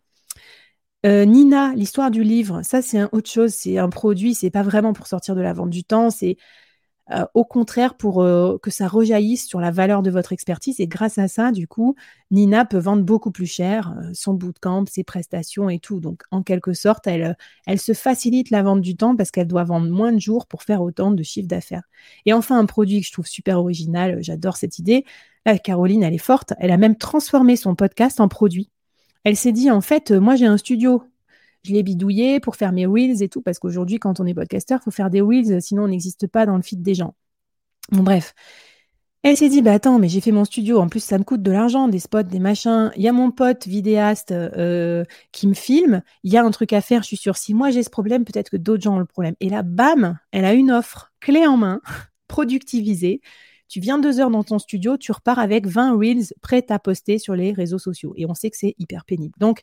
Nina, l'histoire du livre, ça, c'est autre chose. C'est un produit. C'est pas vraiment pour sortir de la vente du temps. C'est au contraire pour que ça rejaillisse sur la valeur de votre expertise. Et grâce à ça, du coup, Nina peut vendre beaucoup plus cher son bootcamp, ses prestations et tout. Donc, en quelque sorte, elle se facilite la vente du temps parce qu'elle doit vendre moins de jours pour faire autant de chiffre d'affaires. Et enfin, un produit que je trouve super original, j'adore cette idée. Là, Caroline, elle est forte. Elle a même transformé son podcast en produit. Elle s'est dit, en fait, moi, j'ai un studio. Je l'ai bidouillé pour faire mes reels et tout, parce qu'aujourd'hui, quand on est podcasteur, il faut faire des reels, sinon on n'existe pas dans le feed des gens. Bon, bref. Elle s'est dit, bah attends, mais j'ai fait mon studio, en plus ça me coûte de l'argent, des spots, des machins. Il y a mon pote vidéaste qui me filme, il y a un truc à faire, je suis sûre. Si moi j'ai ce problème, peut-être que d'autres gens ont le problème. Et là, bam, elle a une offre, clé en main, productivisée. Tu viens 2 heures dans ton studio, tu repars avec 20 reels prêts à poster sur les réseaux sociaux. Et on sait que c'est hyper pénible. Donc,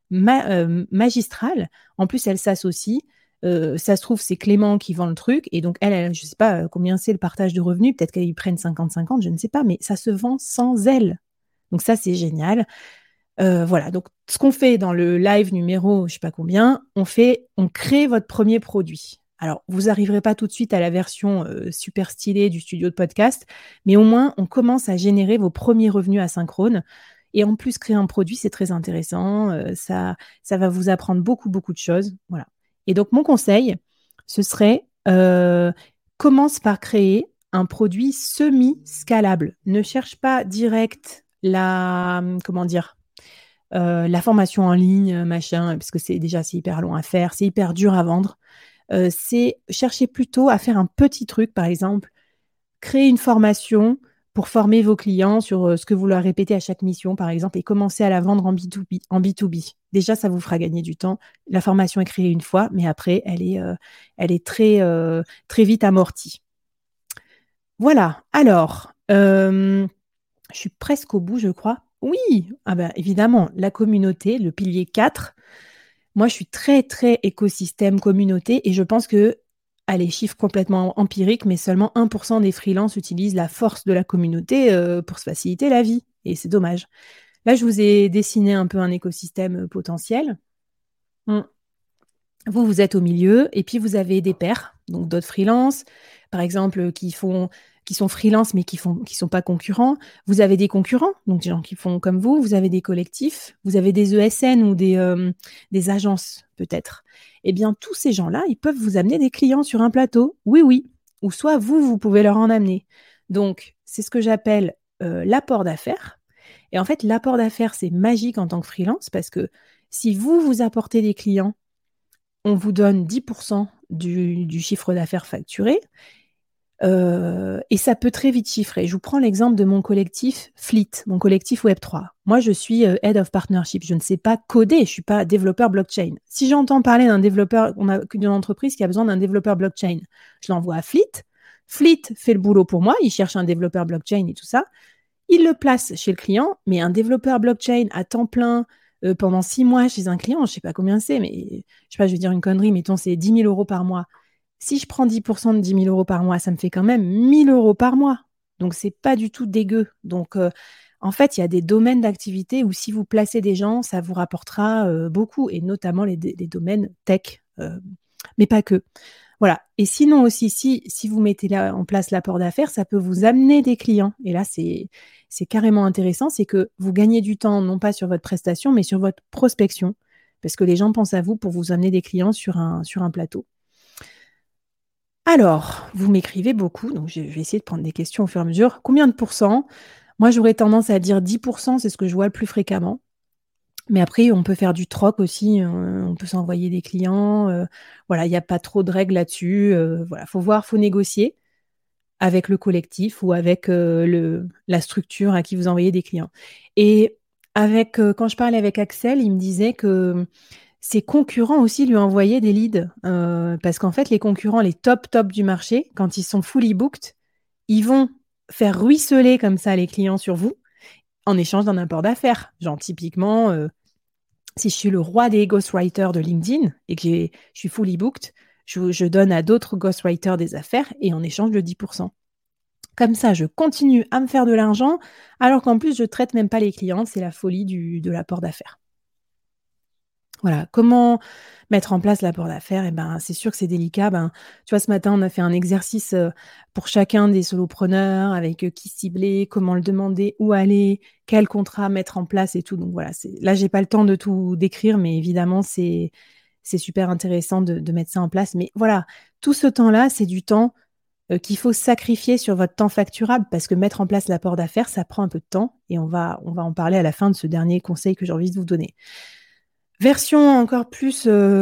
magistrale. En plus, elle s'associe. Ça se trouve, c'est Clément qui vend le truc. Et donc, elle je ne sais pas combien c'est le partage de revenus. Peut-être qu'elle y prenne 50-50, je ne sais pas. Mais ça se vend sans elle. Donc, ça, c'est génial. Voilà. Donc, ce qu'on fait dans le live numéro, je ne sais pas combien, on crée votre premier produit. Alors, vous n'arriverez pas tout de suite à la version super stylée du studio de podcast, mais au moins, on commence à générer vos premiers revenus asynchrone. Et en plus, créer un produit, c'est très intéressant. Ça va vous apprendre beaucoup, beaucoup de choses. Voilà. Et donc, mon conseil, ce serait commence par créer un produit semi-scalable. Ne cherche pas direct comment dire, la formation en ligne, machin, parce que c'est hyper long à faire, c'est hyper dur à vendre. C'est chercher plutôt à faire un petit truc, par exemple, créer une formation pour former vos clients sur ce que vous leur répétez à chaque mission, par exemple, et commencer à la vendre en B2B. Déjà, ça vous fera gagner du temps. La formation est créée une fois, mais après, elle est très, très vite amortie. Voilà. Alors, je suis presque au bout, je crois. Oui, ah ben, évidemment, la communauté, le pilier 4. Moi, je suis très, très écosystème communauté et je pense que, allez, chiffre complètement empirique, mais seulement 1% des freelances utilisent la force de la communauté pour se faciliter la vie. Et c'est dommage. Là, je vous ai dessiné un peu un écosystème potentiel. Vous êtes au milieu et puis vous avez des pairs, donc d'autres freelances, par exemple, qui sont freelance mais qui sont pas concurrents. Vous avez des concurrents, donc des gens qui font comme vous. Vous avez des collectifs, vous avez des ESN ou des agences peut-être. Eh bien, tous ces gens-là, ils peuvent vous amener des clients sur un plateau. Oui, oui. Ou soit vous pouvez leur en amener. Donc, c'est ce que j'appelle l'apport d'affaires. Et en fait, l'apport d'affaires, c'est magique en tant que freelance parce que si vous apportez des clients, on vous donne 10% du chiffre d'affaires facturé. Et ça peut très vite chiffrer. Je vous prends l'exemple de mon collectif Fleet, mon collectif Web3. Moi, je suis Head of Partnership. Je ne sais pas coder, je ne suis pas développeur blockchain. Si j'entends parler d'un développeur, d'une entreprise qui a besoin d'un développeur blockchain, je l'envoie à Fleet. Fleet fait le boulot pour moi, il cherche un développeur blockchain et tout ça. Il le place chez le client, mais un développeur blockchain à temps plein pendant 6 mois chez un client, je ne sais pas combien c'est, mais je ne sais pas, je vais dire une connerie, mettons, c'est 10 000 euros par mois. Si je prends 10% de 10 000 euros par mois, ça me fait quand même 1 000 euros par mois. Donc, c'est pas du tout dégueu. Donc, en fait, il y a des domaines d'activité où si vous placez des gens, ça vous rapportera beaucoup, et notamment les domaines tech, mais pas que. Voilà. Et sinon aussi, si vous mettez là en place l'apport d'affaires, ça peut vous amener des clients. Et là, c'est carrément intéressant, c'est que vous gagnez du temps, non pas sur votre prestation, mais sur votre prospection, parce que les gens pensent à vous pour vous amener des clients sur un plateau. Alors, vous m'écrivez beaucoup, donc je vais essayer de prendre des questions au fur et à mesure. Combien de pourcents? Moi, j'aurais tendance à dire 10%, c'est ce que je vois le plus fréquemment. Mais après, on peut faire du troc aussi, on peut s'envoyer des clients. Voilà, il n'y a pas trop de règles là-dessus. Voilà, faut voir, faut négocier avec le collectif ou avec la structure à qui vous envoyez des clients. Et quand je parlais avec Axel, il me disait que ses concurrents aussi lui envoyaient des leads. Parce qu'en fait, les concurrents, les top du marché, quand ils sont fully booked, ils vont faire ruisseler comme ça les clients sur vous en échange d'un apport d'affaires. Genre, typiquement, si je suis le roi des ghostwriters de LinkedIn et que je suis fully booked, je donne à d'autres ghostwriters des affaires et en échange de 10%. Comme ça, je continue à me faire de l'argent alors qu'en plus, je ne traite même pas les clients. C'est la folie de l'apport d'affaires. Voilà, comment mettre en place l'apport d'affaires? Eh ben, c'est sûr que c'est délicat. Tu vois, ce matin, on a fait un exercice pour chacun des solopreneurs avec qui cibler, comment le demander, où aller, quel contrat mettre en place et tout. Donc voilà, là, j'ai pas le temps de tout décrire, mais évidemment, c'est super intéressant de mettre ça en place. Mais voilà, tout ce temps-là, c'est du temps qu'il faut sacrifier sur votre temps facturable parce que mettre en place l'apport d'affaires, ça prend un peu de temps et on va en parler à la fin de ce dernier conseil que j'ai envie de vous donner. Version encore plus,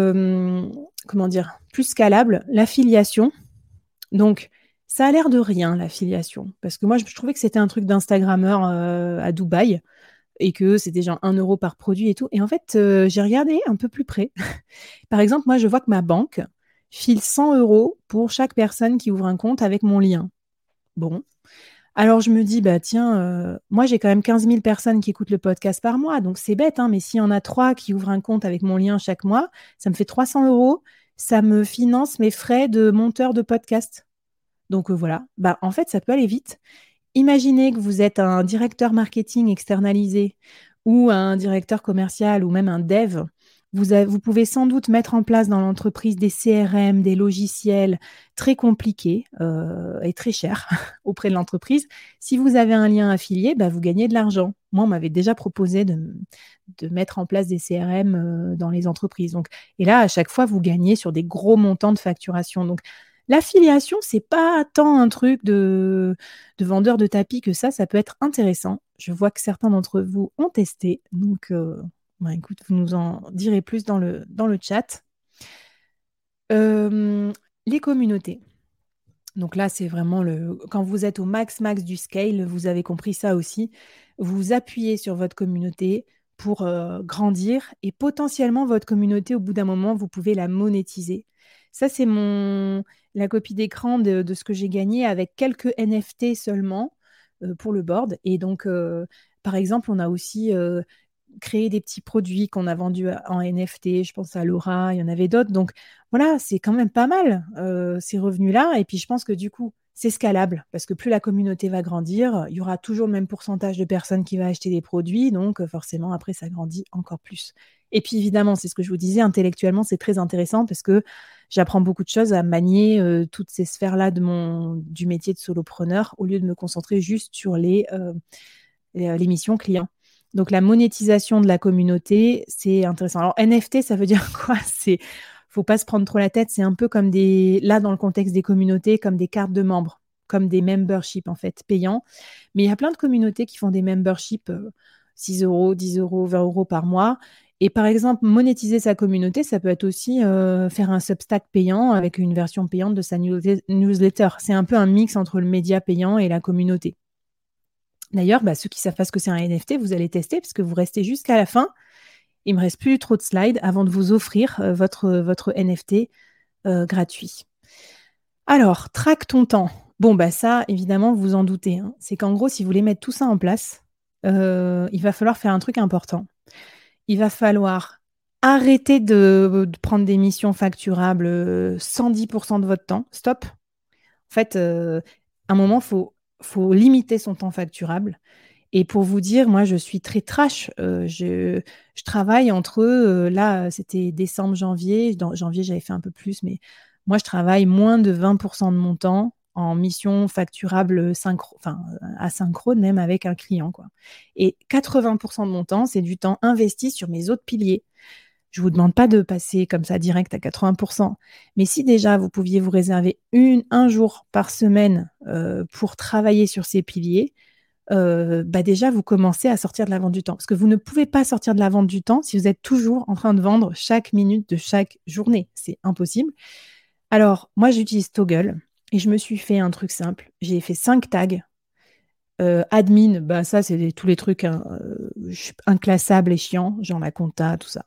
plus scalable, l'affiliation. Donc, ça a l'air de rien, l'affiliation. Parce que moi, je trouvais que c'était un truc d'Instagrammeur à Dubaï et que c'était genre 1 euro par produit et tout. Et en fait, j'ai regardé un peu plus près. Par exemple, moi, je vois que ma banque file 100 euros pour chaque personne qui ouvre un compte avec mon lien. Bon, alors je me dis, tiens, moi j'ai quand même 15 000 personnes qui écoutent le podcast par mois, donc c'est bête, hein, mais s'il y en a 3 qui ouvrent un compte avec mon lien chaque mois, ça me fait 300 euros, ça me finance mes frais de monteur de podcast. Donc voilà, en fait ça peut aller vite. Imaginez que vous êtes un directeur marketing externalisé ou un directeur commercial ou même un dev. Vous pouvez sans doute mettre en place dans l'entreprise des CRM, des logiciels très compliqués et très chers auprès de l'entreprise. Si vous avez un lien affilié, vous gagnez de l'argent. Moi, on m'avait déjà proposé de mettre en place des CRM dans les entreprises. Donc, et là, à chaque fois, vous gagnez sur des gros montants de facturation. Donc, l'affiliation, c'est pas tant un truc de vendeur de tapis que ça peut être intéressant. Je vois que certains d'entre vous ont testé, donc écoute, vous nous en direz plus dans le chat. Les communautés. Donc là, c'est vraiment quand vous êtes au max du scale, vous avez compris ça aussi. Vous appuyez sur votre communauté pour grandir et potentiellement votre communauté, au bout d'un moment, vous pouvez la monétiser. Ça, c'est la copie d'écran de ce que j'ai gagné avec quelques NFT seulement pour le board. Et donc, par exemple, on a aussi créé des petits produits qu'on a vendus en NFT. Je pense à Laura, il y en avait d'autres. Donc, voilà, c'est quand même pas mal ces revenus-là. Et puis, je pense que du coup, c'est scalable parce que plus la communauté va grandir, il y aura toujours le même pourcentage de personnes qui va acheter des produits. Donc, forcément, après, ça grandit encore plus. Et puis, évidemment, c'est ce que je vous disais, intellectuellement, c'est très intéressant parce que j'apprends beaucoup de choses à manier toutes ces sphères-là du métier de solopreneur au lieu de me concentrer juste sur les missions clients. Donc, la monétisation de la communauté, c'est intéressant. Alors, NFT, ça veut dire quoi? Faut pas se prendre trop la tête. C'est un peu comme là, dans le contexte des communautés, comme des cartes de membres, comme des memberships, en fait, payants. Mais il y a plein de communautés qui font des memberships 6 euros, 10 euros, 20 euros par mois. Et par exemple, monétiser sa communauté, ça peut être aussi faire un Substack payant avec une version payante de sa newsletter. C'est un peu un mix entre le média payant et la communauté. D'ailleurs, ceux qui savent pas ce que c'est un NFT, vous allez tester parce que vous restez jusqu'à la fin. Il me reste plus trop de slides avant de vous offrir votre NFT gratuit. Alors, traque ton temps. Bon, ça, évidemment, vous en doutez, hein. C'est qu'en gros, si vous voulez mettre tout ça en place, il va falloir faire un truc important. Il va falloir arrêter de prendre des missions facturables 110% de votre temps. Stop. En fait, à un moment, faut limiter son temps facturable. Et pour vous dire, moi, je suis très trash. Je travaille entre, là, c'était décembre, janvier. Dans janvier, j'avais fait un peu plus, mais moi, je travaille moins de 20% de mon temps en mission facturable asynchrone, même avec un client, quoi. Et 80% de mon temps, c'est du temps investi sur mes autres piliers. Je ne vous demande pas de passer comme ça direct à 80%. Mais si déjà, vous pouviez vous réserver un jour par semaine pour travailler sur ces piliers, déjà, vous commencez à sortir de la vente du temps. Parce que vous ne pouvez pas sortir de la vente du temps si vous êtes toujours en train de vendre chaque minute de chaque journée. C'est impossible. Alors, moi, j'utilise Toggle et je me suis fait un truc simple. J'ai fait 5 tags. Admin, ça, c'est tous les trucs inclassables et chiants, genre la compta, tout ça.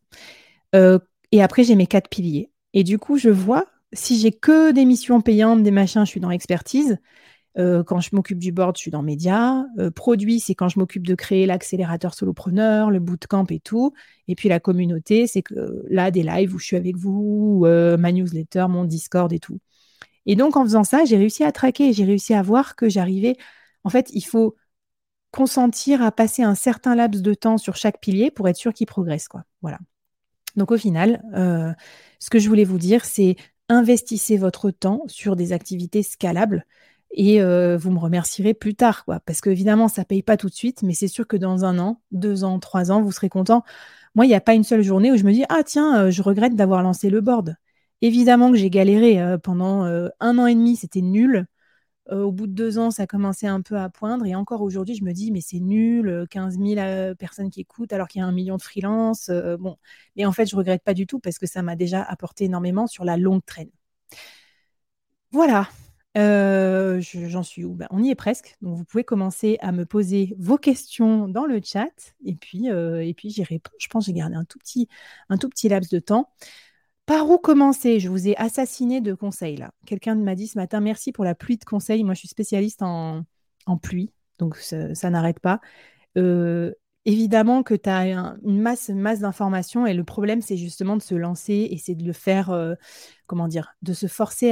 Et après, j'ai mes 4 piliers. Et du coup, je vois, si j'ai que des missions payantes, des machins, je suis dans expertise. Quand je m'occupe du board, je suis dans médias. Produit, c'est quand je m'occupe de créer l'accélérateur solopreneur, le bootcamp et tout. Et puis la communauté, c'est que là, des lives où je suis avec vous, ma newsletter, mon Discord et tout. Et donc, en faisant ça, j'ai réussi à traquer. J'ai réussi à voir que j'arrivais. En fait, il faut consentir à passer un certain laps de temps sur chaque pilier pour être sûr qu'il progresse, quoi. Voilà. Donc, au final, ce que je voulais vous dire, c'est investissez votre temps sur des activités scalables et vous me remercierez plus tard, quoi. Parce qu'évidemment, ça ne paye pas tout de suite, mais c'est sûr que dans 1 an, 2 ans, 3 ans, vous serez content. Moi, il n'y a pas une seule journée où je me dis, ah tiens, je regrette d'avoir lancé le board. Évidemment que j'ai galéré pendant 1 an et demi, c'était nul. Au bout de 2 ans, ça commençait un peu à poindre. Et encore aujourd'hui, je me dis, mais c'est nul, 15 000 personnes qui écoutent alors qu'il y a 1 million de freelances. Bon. Mais en fait, je ne regrette pas du tout parce que ça m'a déjà apporté énormément sur la longue traîne. Voilà. J'en suis où? On y est presque. Donc, vous pouvez commencer à me poser vos questions dans le chat. Et puis j'y réponds. Je pense que j'ai gardé un tout petit laps de temps. Par où commencer? Je vous ai assassiné de conseils là. Quelqu'un m'a dit ce matin, merci pour la pluie de conseils. Moi, je suis spécialiste en pluie, donc ça n'arrête pas. Euh, Évidemment que tu as une masse d'informations et le problème, c'est justement de se lancer et c'est de le faire, comment dire, de se forcer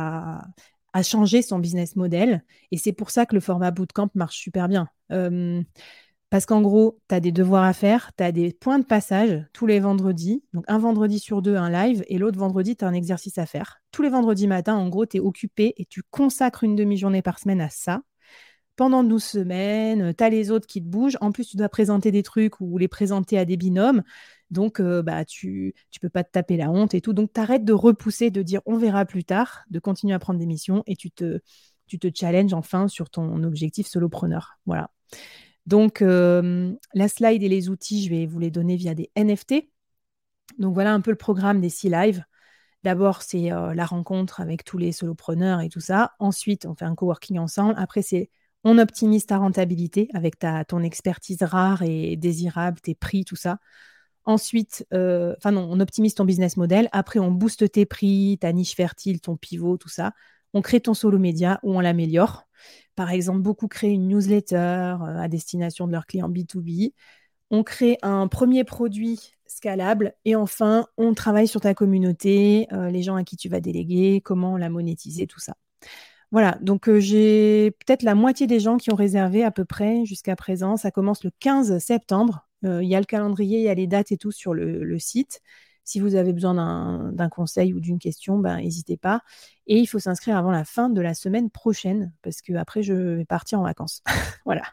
à changer son business model. Et c'est pour ça que le format bootcamp marche super bien. Parce qu'en gros, tu as des devoirs à faire, tu as des points de passage tous les vendredis. Donc, un vendredi sur 2, un live, et l'autre vendredi, tu as un exercice à faire. Tous les vendredis matin, en gros, tu es occupé et tu consacres une demi-journée par semaine à ça. Pendant 12 semaines, tu as les autres qui te bougent. En plus, tu dois présenter des trucs ou les présenter à des binômes. Donc, tu peux pas te taper la honte et tout. Donc, tu arrêtes de repousser, de dire on verra plus tard, de continuer à prendre des missions et tu te challenges enfin sur ton objectif solopreneur. Voilà. Donc, la slide et les outils, je vais vous les donner via des NFT. Donc, voilà un peu le programme des 6 lives. D'abord, c'est la rencontre avec tous les solopreneurs et tout ça. Ensuite, on fait un coworking ensemble. Après, c'est on optimise ta rentabilité avec ton expertise rare et désirable, tes prix, tout ça. Ensuite, non, on optimise ton business model. Après, on booste tes prix, ta niche fertile, ton pivot, tout ça. On crée ton solo média ou on l'améliore. Par exemple, beaucoup créent une newsletter à destination de leurs clients B2B. On crée un premier produit scalable et enfin, on travaille sur ta communauté, les gens à qui tu vas déléguer, comment la monétiser, tout ça. Voilà, donc j'ai peut-être la moitié des gens qui ont réservé à peu près jusqu'à présent. Ça commence le 15 septembre. Il y a le calendrier, il y a les dates et tout sur le site. Si vous avez besoin d'un conseil ou d'une question, n'hésitez pas. Et il faut s'inscrire avant la fin de la semaine prochaine parce que après je vais partir en vacances. Voilà.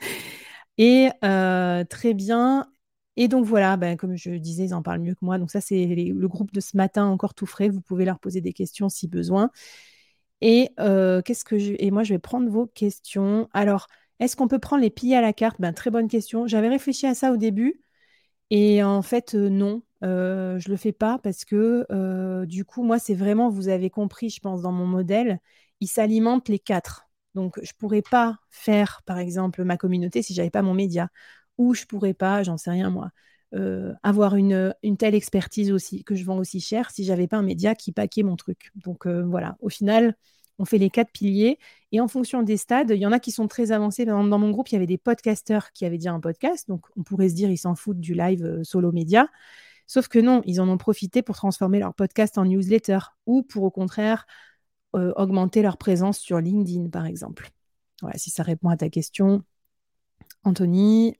Et très bien. Et donc voilà, comme je disais, ils en parlent mieux que moi. Donc ça, c'est le groupe de ce matin encore tout frais. Vous pouvez leur poser des questions si besoin. Et moi, je vais prendre vos questions. Alors, est-ce qu'on peut prendre les piliers à la carte? Très bonne question. J'avais réfléchi à ça au début. Et en fait, non, je le fais pas parce que, du coup, moi, c'est vraiment vous avez compris, je pense, dans mon modèle, ils s'alimentent les 4. Donc je pourrais pas faire, par exemple, ma communauté si j'avais pas mon média ou je pourrais pas, j'en sais rien moi, avoir une telle expertise aussi que je vends aussi cher si j'avais pas un média qui paquait mon truc. Donc voilà, au final, on fait les 4 piliers et en fonction des stades, il y en a qui sont très avancés. Dans mon groupe, il y avait des podcasteurs qui avaient déjà un podcast. Donc, on pourrait se dire, ils s'en foutent du live solo média. Sauf que non, ils en ont profité pour transformer leur podcast en newsletter ou pour, au contraire, augmenter leur présence sur LinkedIn, par exemple. Voilà, si ça répond à ta question, Anthony.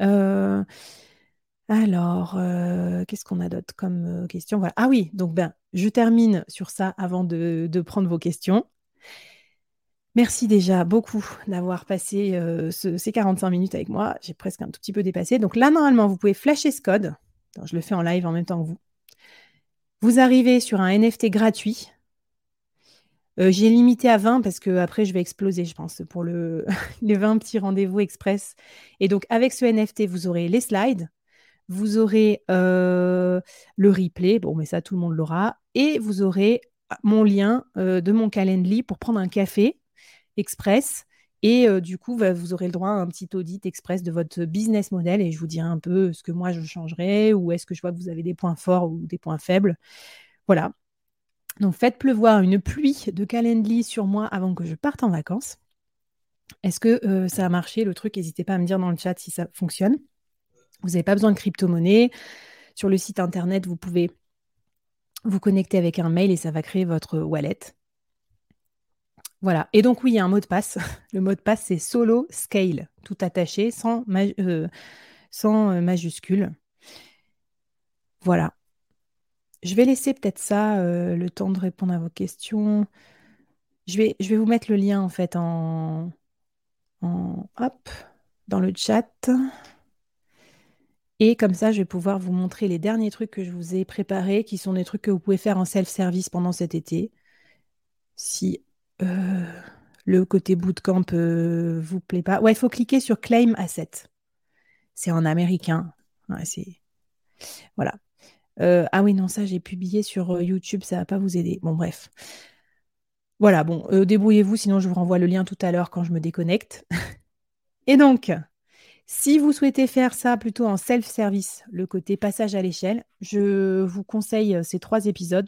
Alors, qu'est-ce qu'on a d'autre comme question? Voilà. Ah oui, donc ben, je termine sur ça avant de prendre vos questions. Merci déjà beaucoup d'avoir passé ces 45 minutes avec moi. J'ai presque un tout petit peu dépassé. Donc là, normalement, vous pouvez flasher ce code. Attends, je le fais en live en même temps que vous. Vous arrivez sur un NFT gratuit. J'ai limité à 20 parce que après je vais exploser, je pense, pour les 20 petits rendez-vous express. Et donc, avec ce NFT, vous aurez les slides, vous aurez le replay. Bon, mais ça, tout le monde l'aura. Et vous aurez mon lien de mon Calendly pour prendre un café express. Et du coup, vous aurez le droit à un petit audit express de votre business model et je vous dirai un peu ce que moi je changerais ou est-ce que je vois que vous avez des points forts ou des points faibles. Voilà. Donc, faites pleuvoir une pluie de Calendly sur moi avant que je parte en vacances. Est-ce que ça a marché le truc? N'hésitez pas à me dire dans le chat si ça fonctionne. Vous n'avez pas besoin de crypto-monnaie. Sur le site internet, vous pouvez vous connecter avec un mail et ça va créer votre wallet. Voilà. Et donc, oui, il y a un mot de passe. Le mot de passe, c'est solo scale, tout attaché, sans majuscule. Voilà. Je vais laisser peut-être ça, le temps de répondre à vos questions. Je vais vous mettre le lien, en fait, hop, dans le chat. Et comme ça, je vais pouvoir vous montrer les derniers trucs que je vous ai préparés, qui sont des trucs que vous pouvez faire en self-service pendant cet été. Si le côté bootcamp vous plaît pas. Ouais, il faut cliquer sur Claim Asset. C'est en américain. Ouais, voilà. Ah oui, non, ça, j'ai publié sur YouTube, ça va pas vous aider. Bon, bref. Voilà, bon, débrouillez-vous, sinon je vous renvoie le lien tout à l'heure quand je me déconnecte. Et donc, si vous souhaitez faire ça plutôt en self-service, le côté passage à l'échelle, je vous conseille ces 3 épisodes.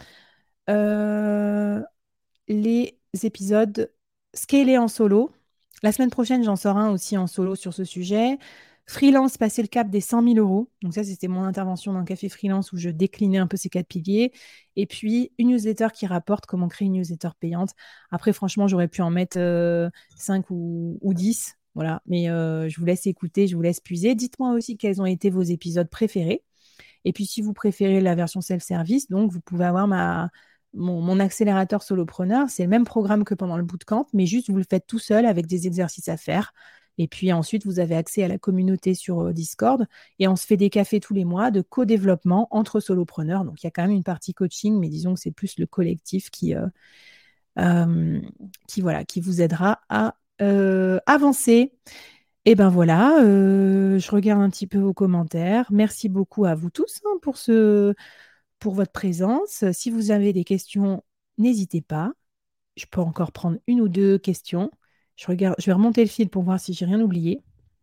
Les épisodes scalés en solo. La semaine prochaine, j'en sors un aussi en solo sur ce sujet. Freelance, passer le cap des 100 000 euros. Donc ça, c'était mon intervention dans un café freelance où je déclinais un peu ces 4 piliers. Et puis, une newsletter qui rapporte comment créer une newsletter payante. Après, franchement, j'aurais pu en mettre 5 ou 10. Voilà. Mais je vous laisse écouter, je vous laisse puiser. Dites-moi aussi quels ont été vos épisodes préférés. Et puis, si vous préférez la version self-service, donc vous pouvez avoir mon accélérateur solopreneur. C'est le même programme que pendant le bootcamp, mais juste vous le faites tout seul avec des exercices à faire. Et puis ensuite, vous avez accès à la communauté sur Discord. Et on se fait des cafés tous les mois de co-développement entre solopreneurs. Donc, il y a quand même une partie coaching, mais disons que c'est plus le collectif voilà, qui vous aidera à avancer. Et ben voilà, je regarde un petit peu vos commentaires. Merci beaucoup à vous tous hein, pour votre présence. Si vous avez des questions, n'hésitez pas. Je peux encore prendre une ou deux questions. Je vais remonter le fil pour voir si j'ai rien oublié.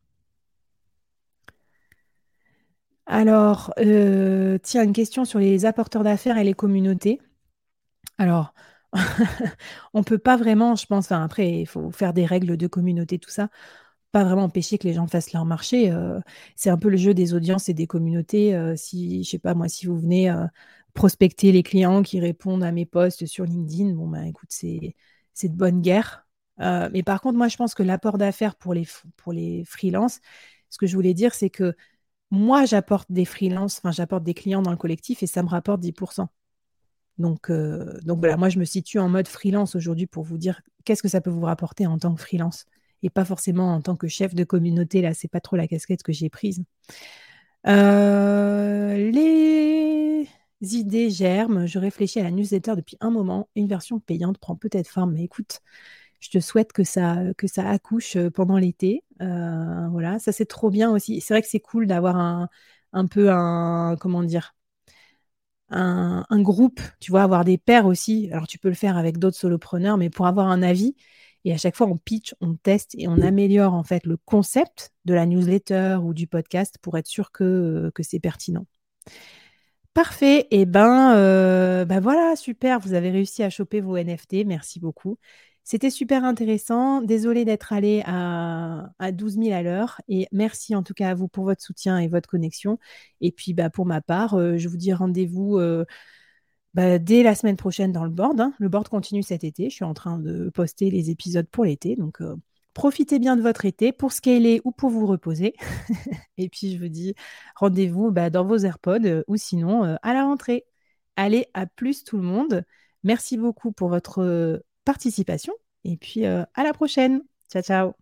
Alors, tiens, une question sur les apporteurs d'affaires et les communautés. Alors, on ne peut pas vraiment, je pense, enfin, après, il faut faire des règles de communauté, tout ça. Pas vraiment empêcher que les gens fassent leur marché. C'est un peu le jeu des audiences et des communautés. Si, je sais pas, moi, si vous venez prospecter les clients qui répondent à mes posts sur LinkedIn, bon, ben, écoute, c'est de bonne guerre. Mais par contre, moi, je pense que l'apport d'affaires pour les freelances, ce que je voulais dire, c'est que moi, j'apporte des freelances, enfin, j'apporte des clients dans le collectif et ça me rapporte 10%. Donc voilà, moi je me situe en mode freelance aujourd'hui pour vous dire qu'est-ce que ça peut vous rapporter en tant que freelance et pas forcément en tant que chef de communauté. Là, c'est pas trop la casquette que j'ai prise. Les idées germent. Je réfléchis à la newsletter depuis un moment. Une version payante prend peut-être forme, mais écoute, je te souhaite que ça accouche pendant l'été. Voilà, ça c'est trop bien aussi. C'est vrai que c'est cool d'avoir un peu comment dire, un groupe, tu vois, avoir des pairs aussi. Alors, tu peux le faire avec d'autres solopreneurs, mais pour avoir un avis. Et à chaque fois, on pitch, on teste et on améliore en fait le concept de la newsletter ou du podcast pour être sûr que c'est pertinent. Parfait. Et ben, bah voilà, super. Vous avez réussi à choper vos NFT. Merci beaucoup. C'était super intéressant. Désolée d'être allée à 12 000 à l'heure. Et merci en tout cas à vous pour votre soutien et votre connexion. Et puis, bah, pour ma part, je vous dis rendez-vous bah, dès la semaine prochaine dans le board, hein. Le board continue cet été. Je suis en train de poster les épisodes pour l'été. Donc, profitez bien de votre été pour scaler ou pour vous reposer. Et puis, je vous dis rendez-vous bah, dans vos AirPods ou sinon à la rentrée. Allez, à plus tout le monde. Merci beaucoup pour votre participation. Et puis, à la prochaine. Ciao, ciao.